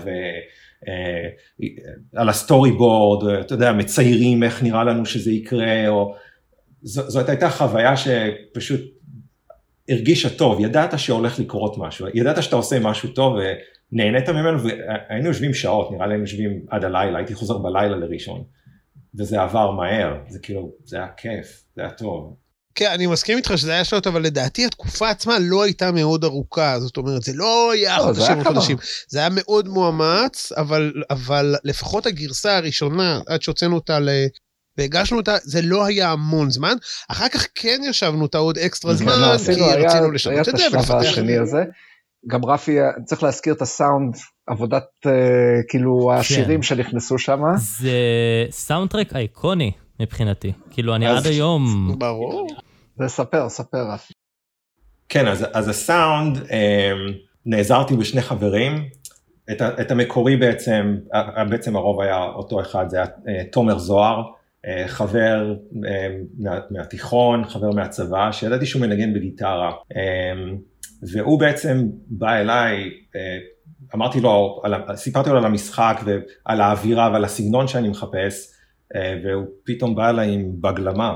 Speaker 3: ועל הסטורי בורד, אתה יודע, מציירים איך נראה לנו שזה יקרה, או זאת הייתה חוויה שפשוט הרגישה טוב, ידעת שהולך לקרות משהו, ידעת שאתה עושה משהו טוב ונהנית ממנו, והיינו יושבים שעות, נראה לי היינו יושבים עד הלילה, הייתי חוזר בלילה לראשון, וזה עבר מהר, זה כאילו, זה היה כיף, זה היה טוב.
Speaker 2: כן, אני מסכים איתך שזה היה שעות, אבל לדעתי התקופה עצמה לא הייתה מאוד ארוכה, זאת אומרת, זה לא היה חודשים, זה היה מאוד מואמץ, אבל לפחות הגרסה הראשונה, עד שהוצאנו אותה והגשנו אותה, זה לא היה המון זמן, אחר כך כן ישבנו אותה עוד אקסטרה זמן, כי רצינו לשנות את זה.
Speaker 4: היה את השלב השני הזה, גם רפי, צריך להזכיר את הסאונד, עבודת כאילו השירים שנכנסו שם.
Speaker 1: זה סאונדטרק אייקוני מבחינתי, כאילו אני עד היום...
Speaker 2: ברור.
Speaker 4: זה ספר רפי.
Speaker 3: כן, אז הסאונד, נעזרתי בשני חברים, את המקורי בעצם הרוב היה אותו אחד, זה היה תומר זוהר, חבר מהתיכון, חבר מהצבא, שידעתי שהוא מנגן בגיטרה, והוא בעצם בא אליי, אמרתי לו, סיפרתי לו על המשחק ועל האווירה ועל הסגנון שאני מחפש, והוא פתאום בא אליי עם בגלמה,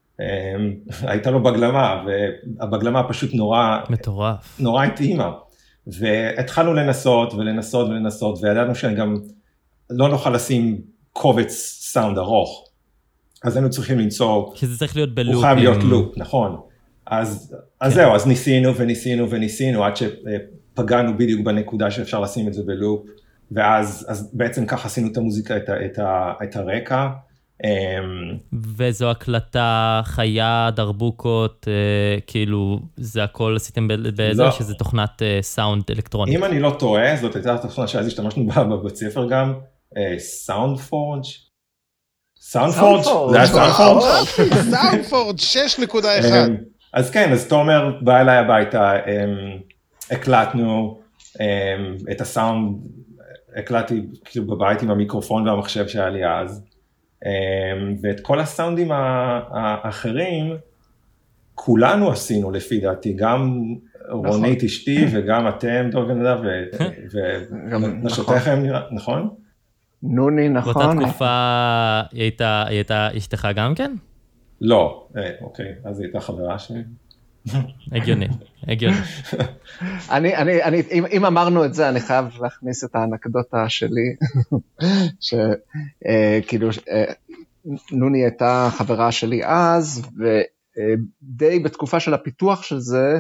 Speaker 3: הייתה לו בגלמה, והבגלמה פשוט
Speaker 1: מטורף.
Speaker 3: נורא התאימה, והתחלנו לנסות ולנסות, וידענו שגם לא נוכל לשים קובץ סאונד ארוך, אז היינו צריכים למצוא,
Speaker 1: שזה צריך להיות בלופים.
Speaker 3: הוא חייב להיות לופ, נכון. אז זהו, אז ניסינו, עד שפגענו בדיוק בנקודה שאפשר לשים את זה בלופ, ואז בעצם ככה עשינו את המוזיקה, את הרקע.
Speaker 1: וזו הקלטה חיה, דרבוקות, כאילו זה הכל עשיתם באיזה, שזה תוכנת סאונד אלקטרוני.
Speaker 3: אם אני לא טועה, זאת הייתה תוכנה שאז השתמשנו בבית ספר גם, סאונד פורג'. סאונדפורג'? זה היה סאונדפורג'?
Speaker 2: סאונדפורג' 6.1.
Speaker 3: אז כן, אז תומר בא אליי הביתה, הקלטנו את הסאונד, הקלטתי כאילו בבית עם המיקרופון והמחשב שהיה לי אז, ואת כל הסאונדים האחרים, כולנו עשינו לפי דעתי, גם רונית אשתי וגם אתם, דוב ונדב, ונשותיכם, נכון?
Speaker 4: נוני, נכון.
Speaker 1: באותה תקופה היא הייתה אשתך גם כן?
Speaker 3: לא, אוקיי, אז היא הייתה חברה שלי.
Speaker 1: הגיוני.
Speaker 4: אם אמרנו את זה, אני חייב להכניס את האנקדוטה שלי, שכאילו, נוני הייתה חברה שלי אז, ודי בתקופה של הפיתוח של זה,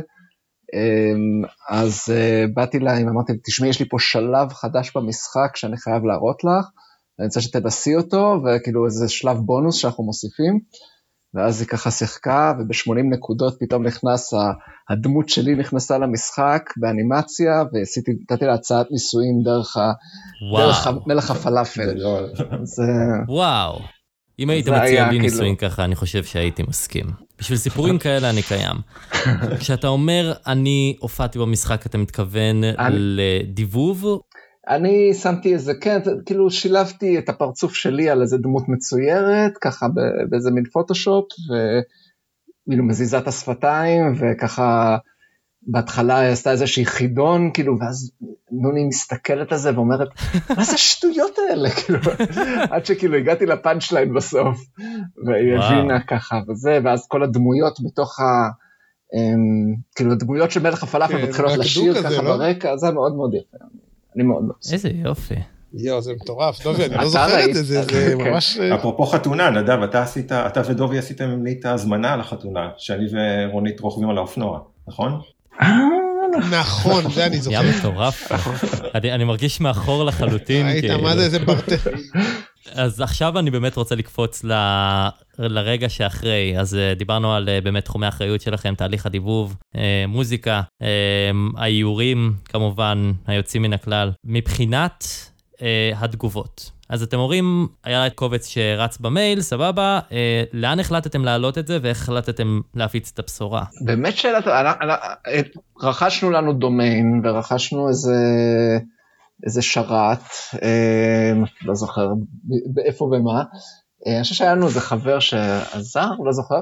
Speaker 4: אז באתי לה, אמרתי, תשמעי, יש לי פה שלב חדש במשחק שאני חייב להראות לך, אני רוצה שתנסי אותו, וכאילו איזה שלב בונוס שאנחנו מוסיפים, ואז היא ככה שיחקה, וב-80 נקודות פתאום הדמות שלי נכנסה למשחק באנימציה, ונתתי לה הצעת ניסויים דרך מלך הפלאפל.
Speaker 1: וואו. אם היית מציע לי ניסויים ככה, אני חושב שהייתי מסכים. בשביל סיפורים כאלה אני קיים. כשאתה אומר, אני הופעתי במשחק, אתה מתכוון לדיבוב?
Speaker 4: אני שמתי איזה, כן, כאילו שילבתי את הפרצוף שלי על איזה דמות מצוירת, ככה באיזה מין פוטושופ, וכאילו מזיזה את השפתיים, וככה בהתחלה עשתה איזושהי חידון, כאילו, ואז נוני מסתכלת על זה ואומרת, מה זה השטויות האלה? כאילו, עד שכאילו הגעתי לפאנצ'ליין בסוף, והיא הבינה ככה וזה, ואז כל הדמויות בתוך כאילו הדמויות של מלך הפלאפל מתחילות לשיר ככה ברקע, זה היה מאוד מאוד יפה. אני מאוד לא עושה.
Speaker 1: איזה יופי.
Speaker 2: זה מטורף, דובי, אני לא זוכר את זה, זה ממש...
Speaker 3: אפרופו חתונה, נדב, אתה ודובי עשיתם לי את ההזמנה לחתונה, שאני ורונית רוכבים על האופנוע, נכון?
Speaker 2: נכון, זה אני זוכר.
Speaker 1: היה מטורף. אני מרגיש מאחור לחלוטין.
Speaker 2: היית, מה זה איזה פרטה?
Speaker 1: אז עכשיו אני באמת רוצה לקפוץ לרגע שאחרי, אז דיברנו על באמת תחומי האחריות שלכם, תהליך הדיבוב, מוזיקה, האיורים כמובן, היוצאים מן הכלל, מבחינת התגובות. אז אתם אומרים, היה קובץ שרץ במייל, סבבה, לאן החלטתם להעלות את זה, ואיך החלטתם להפיץ את הבשורה?
Speaker 4: באמת שאלה, רכשנו לנו דומיין, ורכשנו איזה שרת, לא זוכר באיפה ומה, אני חושב שהיה לנו איזה חבר שעזר, לא זוכר,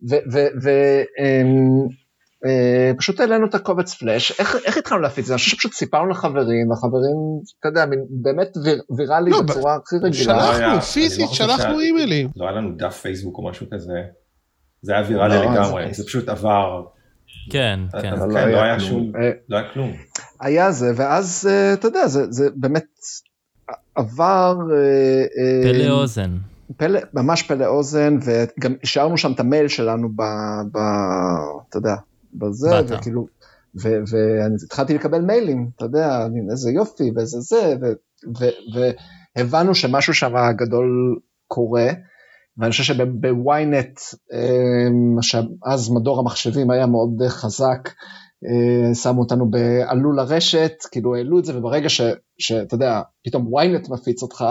Speaker 4: פשוט העלינו את הקובץ פלאש, איך התחלנו להפיץ זה? אני חושב שפשוט סיפרנו לחברים, החברים, אתה יודע, באמת ויראלי בצורה הכי רגילה.
Speaker 2: שלחנו, פיזית, שלחנו אימיילים.
Speaker 3: לא היה לנו דף פייסבוק או משהו כזה, זה היה ויראלי לגמרי, זה פשוט עבר.
Speaker 1: כן, כן.
Speaker 3: לא היה שום, לא היה כלום.
Speaker 4: היה זה, ואז, אתה יודע, זה באמת עבר...
Speaker 1: פלא אוזן.
Speaker 4: ממש פלא אוזן, וגם השארנו שם את המייל שלנו אתה יודע, בזה, וכאילו, ואני התחלתי לקבל מיילים, אתה יודע, איזה יופי, ואיזה זה, והבנו שמשהו שם גדול קורה, ואני חושב שבוויינט, אז מדור המחשבים היה מאוד חזק, שמו אותנו בעלו לרשת, כאילו העלו את זה, וברגע שאתה יודע, פתאום וויינט מפיץ אותך,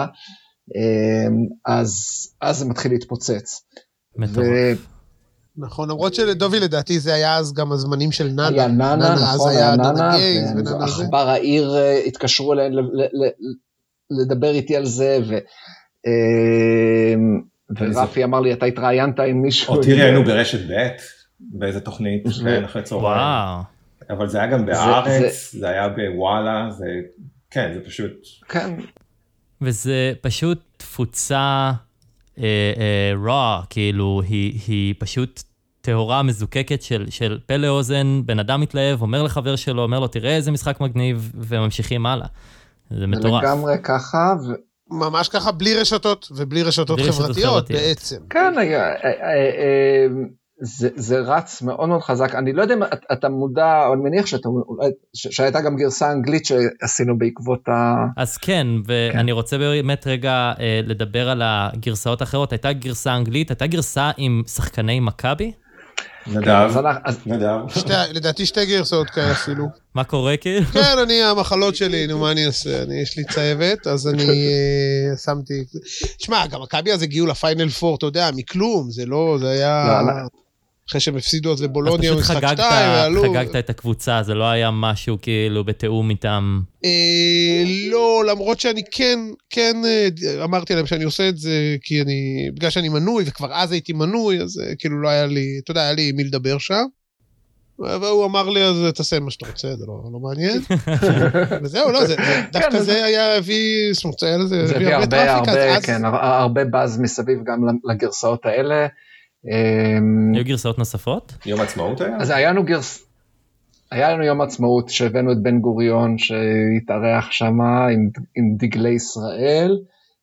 Speaker 4: אז זה מתחיל להתפוצץ.
Speaker 2: נכון, למרות שלדובי לדעתי זה היה אז גם הזמנים של ננה.
Speaker 4: היה ננה, נכון,
Speaker 2: היה ננה גייז וננה זה.
Speaker 4: אחבר העיר התקשרו אליהם לדבר איתי על זה, ורפי אמר לי, אתה התראיינת עם מישהו.
Speaker 3: אותי ראינו ברשת ב' באיזה תוכנית, אחרי צהריים. אבל זה היה גם בארץ, זה היה בוואלה, כן, זה פשוט...
Speaker 4: כן.
Speaker 1: וזה פשוט תפוצה raw, כאילו, היא פשוט תהורה מזוקקת של פלא אוזן, בן אדם מתלהב, אומר לחבר שלו, אומר לו, תראה איזה משחק מגניב, וממשיכים הלאה. זה מטורף.
Speaker 4: לגמרי ככה,
Speaker 2: ממש ככה, בלי רשתות, ובלי רשתות חברתיות בעצם.
Speaker 4: כן, זה רץ מאוד מאוד חזק, אני לא יודע אם אתה מודע, אבל אני מניח שהייתה גם גרסה אנגלית שעשינו בעקבות
Speaker 1: אז כן, ואני רוצה באמת רגע לדבר על הגרסאות האחרות, הייתה גרסה אנגלית, הייתה גרסה עם שחקני מכבי?
Speaker 3: נדב.
Speaker 2: לדעתי שתי גרסאות כאלה אפילו.
Speaker 1: מה קורה כאילו?
Speaker 2: כן, המחלות שלי, נו מה אני אעשה, יש לי צוות, אז אני שמתי, שמע, גם מכבי אז הגיעו לפיינל 4, אתה יודע, מכלום, זה לא, זה היה... אחרי שהם הפסידו אז לבולוניה משחק 2, ועלו.
Speaker 1: חגגת את הקבוצה, זה לא היה משהו כאילו בתאום איתם?
Speaker 2: לא, למרות שאני כן אמרתי להם שאני עושה את זה, כי בגלל שאני מנוי, וכבר אז הייתי מנוי, אז כאילו לא היה לי, אתה יודע, היה לי מי לדבר שם, והוא אמר לי, אז תעשה מה שאתה רוצה, זה לא מעניין. וזהו, לא, דווקא זה היה הביא,
Speaker 4: זה הביא הרבה באז מסביב גם לגרסאות האלה,
Speaker 1: היו גרסאות נוספות?
Speaker 3: יום עצמאות היה?
Speaker 4: אז היה לנו יום עצמאות שהבאנו את בן גוריון שהתארח שם עם דגלי ישראל.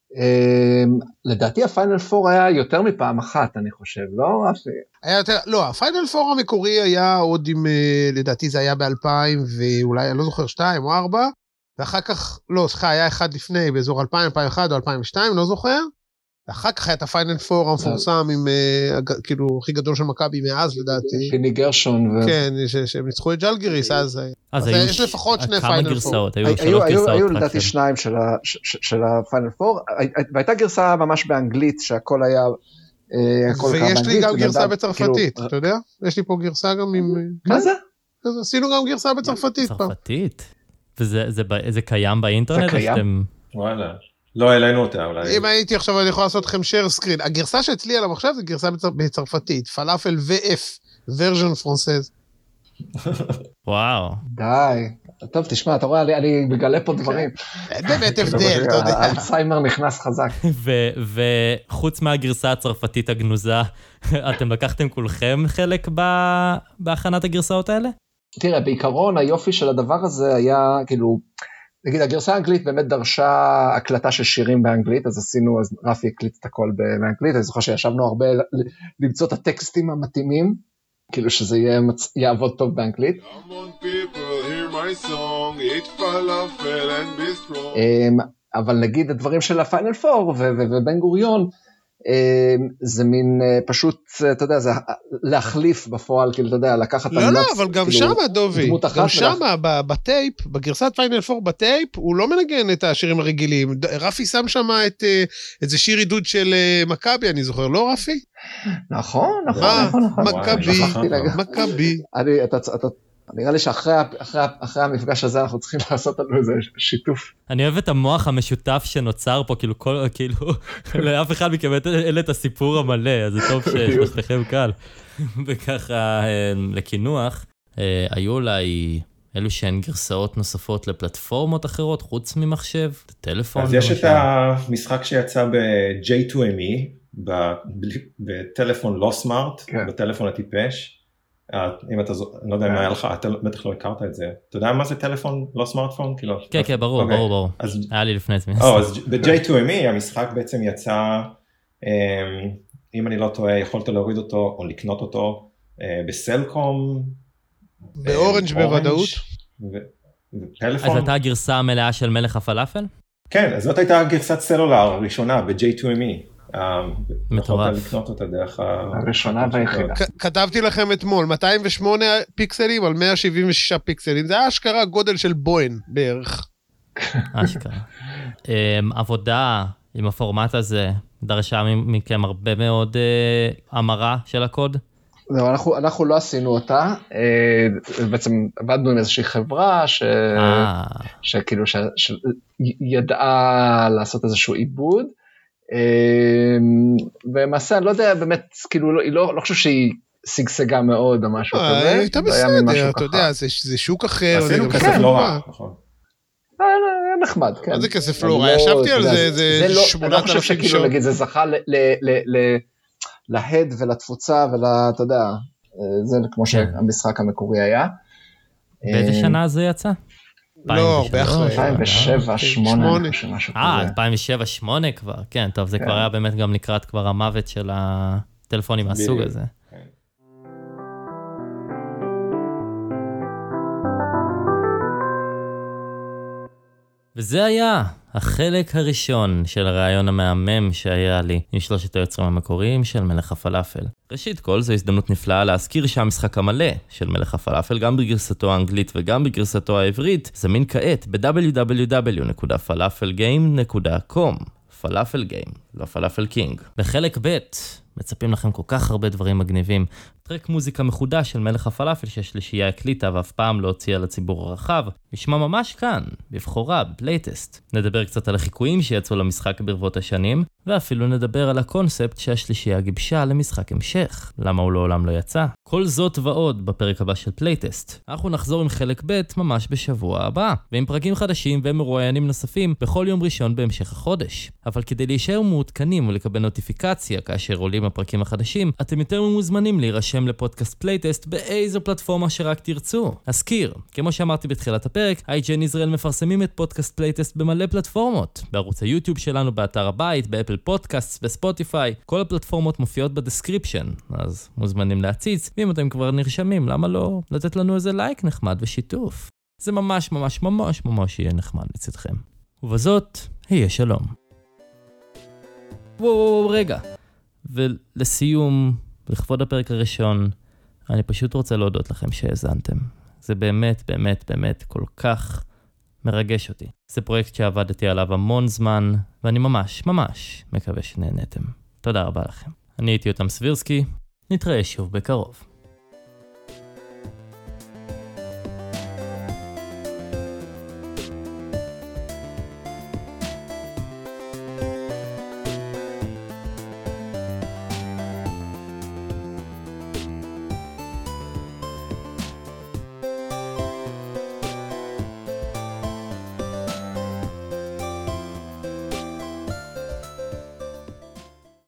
Speaker 4: לדעתי הפיינל 4 היה יותר מפעם אחת, אני חושב, לא רפי?
Speaker 2: היה יותר, לא, הפיינל 4 המקורי היה עוד עם, לדעתי זה היה ב-2000 ואולי, אני לא זוכר, 2 או 4, ואחר כך, לא, סליחה, היה אחד לפני, באזור 2000, 2001 או 2002, לא זוכר. ואחר כך היה את הפיינל 4 המפורסם עם, כאילו, הכי גדול של מכבי מאז, לדעתי.
Speaker 4: פיני גרשון.
Speaker 2: כן, שהם ניצחו את ג'לגיריס, אז יש לפחות שני
Speaker 1: פיינל 4.
Speaker 2: גרסאות,
Speaker 1: היו 3 גרסאות.
Speaker 4: היו לדעתי 2 של הפיינל 4, והייתה גרסה ממש באנגלית, שהכל היה,
Speaker 2: ויש לי גם גרסה בצרפתית, אתה יודע? יש לי פה גרסה גם עם...
Speaker 4: מה זה?
Speaker 2: עשינו גם גרסה בצרפתית.
Speaker 1: צרפתית? וזה קיים באינטרנט?
Speaker 4: זה קיים?
Speaker 3: וואלה. לא העלינו אותה אולי.
Speaker 2: אם הייתי עכשיו, אני יכול לעשות לכם share screen. הגרסה שאצלי על המחשב זה גרסה בצרפתית. פלאפל ו-F, version פרנסז.
Speaker 1: וואו.
Speaker 4: די. טוב, תשמע, אתה רואה, אני מגלה פה דברים.
Speaker 2: באמת הבדל, אתה יודע.
Speaker 4: האלצהיימר נכנס חזק.
Speaker 1: וחוץ מהגרסה הצרפתית הגנוזה, אתם לקחתם כולכם חלק בהכנת הגרסאות האלה?
Speaker 4: תראה, בעיקרון היופי של הדבר הזה היה, כאילו, נגיד, הגרסה האנגלית באמת דרשה הקלטה של שירים באנגלית, אז אז רפי הקליט את הכל באנגלית, אני זוכר שישבנו הרבה למצוא את הטקסטים המתאימים, כאילו שזה יעבוד טוב באנגלית. אבל נגיד הדברים של הפיינל פור ובן גוריון, זה מין פשוט, אתה יודע, זה להחליף בפועל, כאילו, אתה יודע, לקחת...
Speaker 2: לא, אבל גם שמה, דובי, גם שמה, בטייפ, בגרסת פיינל פור בטייפ, הוא לא מנגן את השירים הרגילים. רפי שם שמה את איזה שיר עידוד של מכבי, אני זוכר, לא רפי?
Speaker 4: נכון.
Speaker 2: מכבי.
Speaker 4: נראה לי שאחרי המפגש הזה אנחנו צריכים לעשות לנו איזה שיתוף.
Speaker 1: אני אוהב את המוח המשותף שנוצר פה, כאילו, לאף אחד מכם אין את הסיפור המלא, אז זה טוב שיש לכם קל. וככה, לכינוח, היו אולי אלו שהן גרסאות נוספות לפלטפורמות אחרות, חוץ ממחשב, טלפון.
Speaker 3: אז יש את המשחק שיצא ב-J2ME, בטלפון לא סמארט, בטלפון הטיפש, אם אתה, אני לא יודע מה היה לך, אתה בטח לא הכרת את זה. אתה יודע מה זה טלפון לא סמארטפון?
Speaker 1: כן, כן, ברור. היה לי לפני עצמי.
Speaker 3: אז ב-J2ME המשחק בעצם יצא, אם אני לא טועה, יכולת להוריד אותו או לקנות אותו בסלקום.
Speaker 2: באורנג' בוודאות.
Speaker 3: ופלאפון.
Speaker 1: אז הייתה הגרסה המלאה של מלך הפלאפל?
Speaker 3: כן, אז זאת הייתה גרסת סלולר הראשונה ב-J2ME.
Speaker 1: מטורף.
Speaker 3: לקנות אותה דרך
Speaker 4: הראשונה והיחידה.
Speaker 2: כתבתי לכם אתמול, 208 פיקסלים על 176 פיקסלים, זה היה אשכרה גודל של בוין בערך.
Speaker 1: אשכרה. עבודה עם הפורמט הזה, דרשה מכם הרבה מאוד המרה של הקוד?
Speaker 4: אנחנו לא עשינו אותה, בעצם עבדנו עם איזושהי חברה שכאילו ידעה לעשות איזשהו עיבוד, ומעשה, אני לא יודע, באמת, כאילו, היא לא חושב שהיא סגסגה מאוד או משהו כזה.
Speaker 2: הייתה בסדר, אתה יודע, זה שוק אחר.
Speaker 3: עשינו כסף לא רע, נכון.
Speaker 4: נחמד, כן.
Speaker 2: מה זה כסף לא רע? ישבתי על זה, זה 8,000
Speaker 4: אני לא חושב שכאילו, נגיד, זה זכה להד ולתפוצה אתה יודע, זה כמו שהמשחק המקורי היה.
Speaker 1: באיזה שנה זה יצא?
Speaker 2: לא, הרבה אחרי.
Speaker 4: 2007, 2008.
Speaker 1: 2007, 2008 כבר, כן, טוב, זה כבר היה באמת גם לקראת כבר המוות של הטלפונים מהסוג הזה. וזה היה החלק הראשון של הרעיון המהמם שהיה לי עם שלושת היוצרים המקוריים של מלך הפלאפל. ראשית כל, זו הזדמנות נפלאה להזכיר שהמשחק המלא של מלך הפלאפל, גם בגרסתו האנגלית וגם בגרסתו העברית, זמין כעת ב-www.falafelgame.com. פלאפל גיים, לא פלאפל קינג. בחלק ב' מצפים לכם כל כך הרבה דברים מגניבים. טרק מוזיקה מחודש של מלך הפלאפל שהשלישייה הקליטה ואף פעם לא הוציאה לציבור הרחב, נשמע ממש כאן, בבחורה, בפלייטסט. נדבר קצת על החיקויים שיצאו למשחק ברבות השנים, ואפילו נדבר על הקונספט שהשלישייה גיבשה למשחק המשך. למה הוא לעולם לא יצא? כל זאת ועוד בפרק הבא של פלייטסט. אנחנו נחזור עם חלק ב' ממש בשבוע הבא, ועם פרקים חדשים ומרואיינים נוספים בכל יום ראשון בהמשך החודש. אבל כדי להישאר מעודכנים ולקבל נוטיפיקציה כאשר עולים הפרקים החדשים, אתם יותר מוזמנים להירשם לפודקאסט פלייטסט באיזו פלטפורמה שרק תרצו. אזכיר, כמו שאמרתי בתחילת הפרק, IGN ישראל מפרסמים את פודקאסט פלייטסט במלא פלטפורמות. בערוץ היוטיוב שלנו, באתר הבית, באפל פודקאסט, בספוטיפיי, כל הפלטפורמות מופיעות בדסקריפשן, אז מוזמנים להציץ, ואם אתם כבר נרשמים, למה לא לתת לנו איזה לייק נחמד ושיתוף? זה ממש ממש ממש ממש יהיה נחמד מצדכם. ובזאת, היה שלום. וואו, רגע. ולסיום, לכבוד הפרק הראשון, אני פשוט רוצה להודות לכם שהאזנתם. זה באמת, באמת, באמת כל כך מרגש אותי. זה פרויקט שעבדתי עליו המון זמן, ואני ממש, ממש מקווה שנהנתם. תודה רבה לכם. אני הייתי יותם סבירסקי, נתראה שוב בקרוב.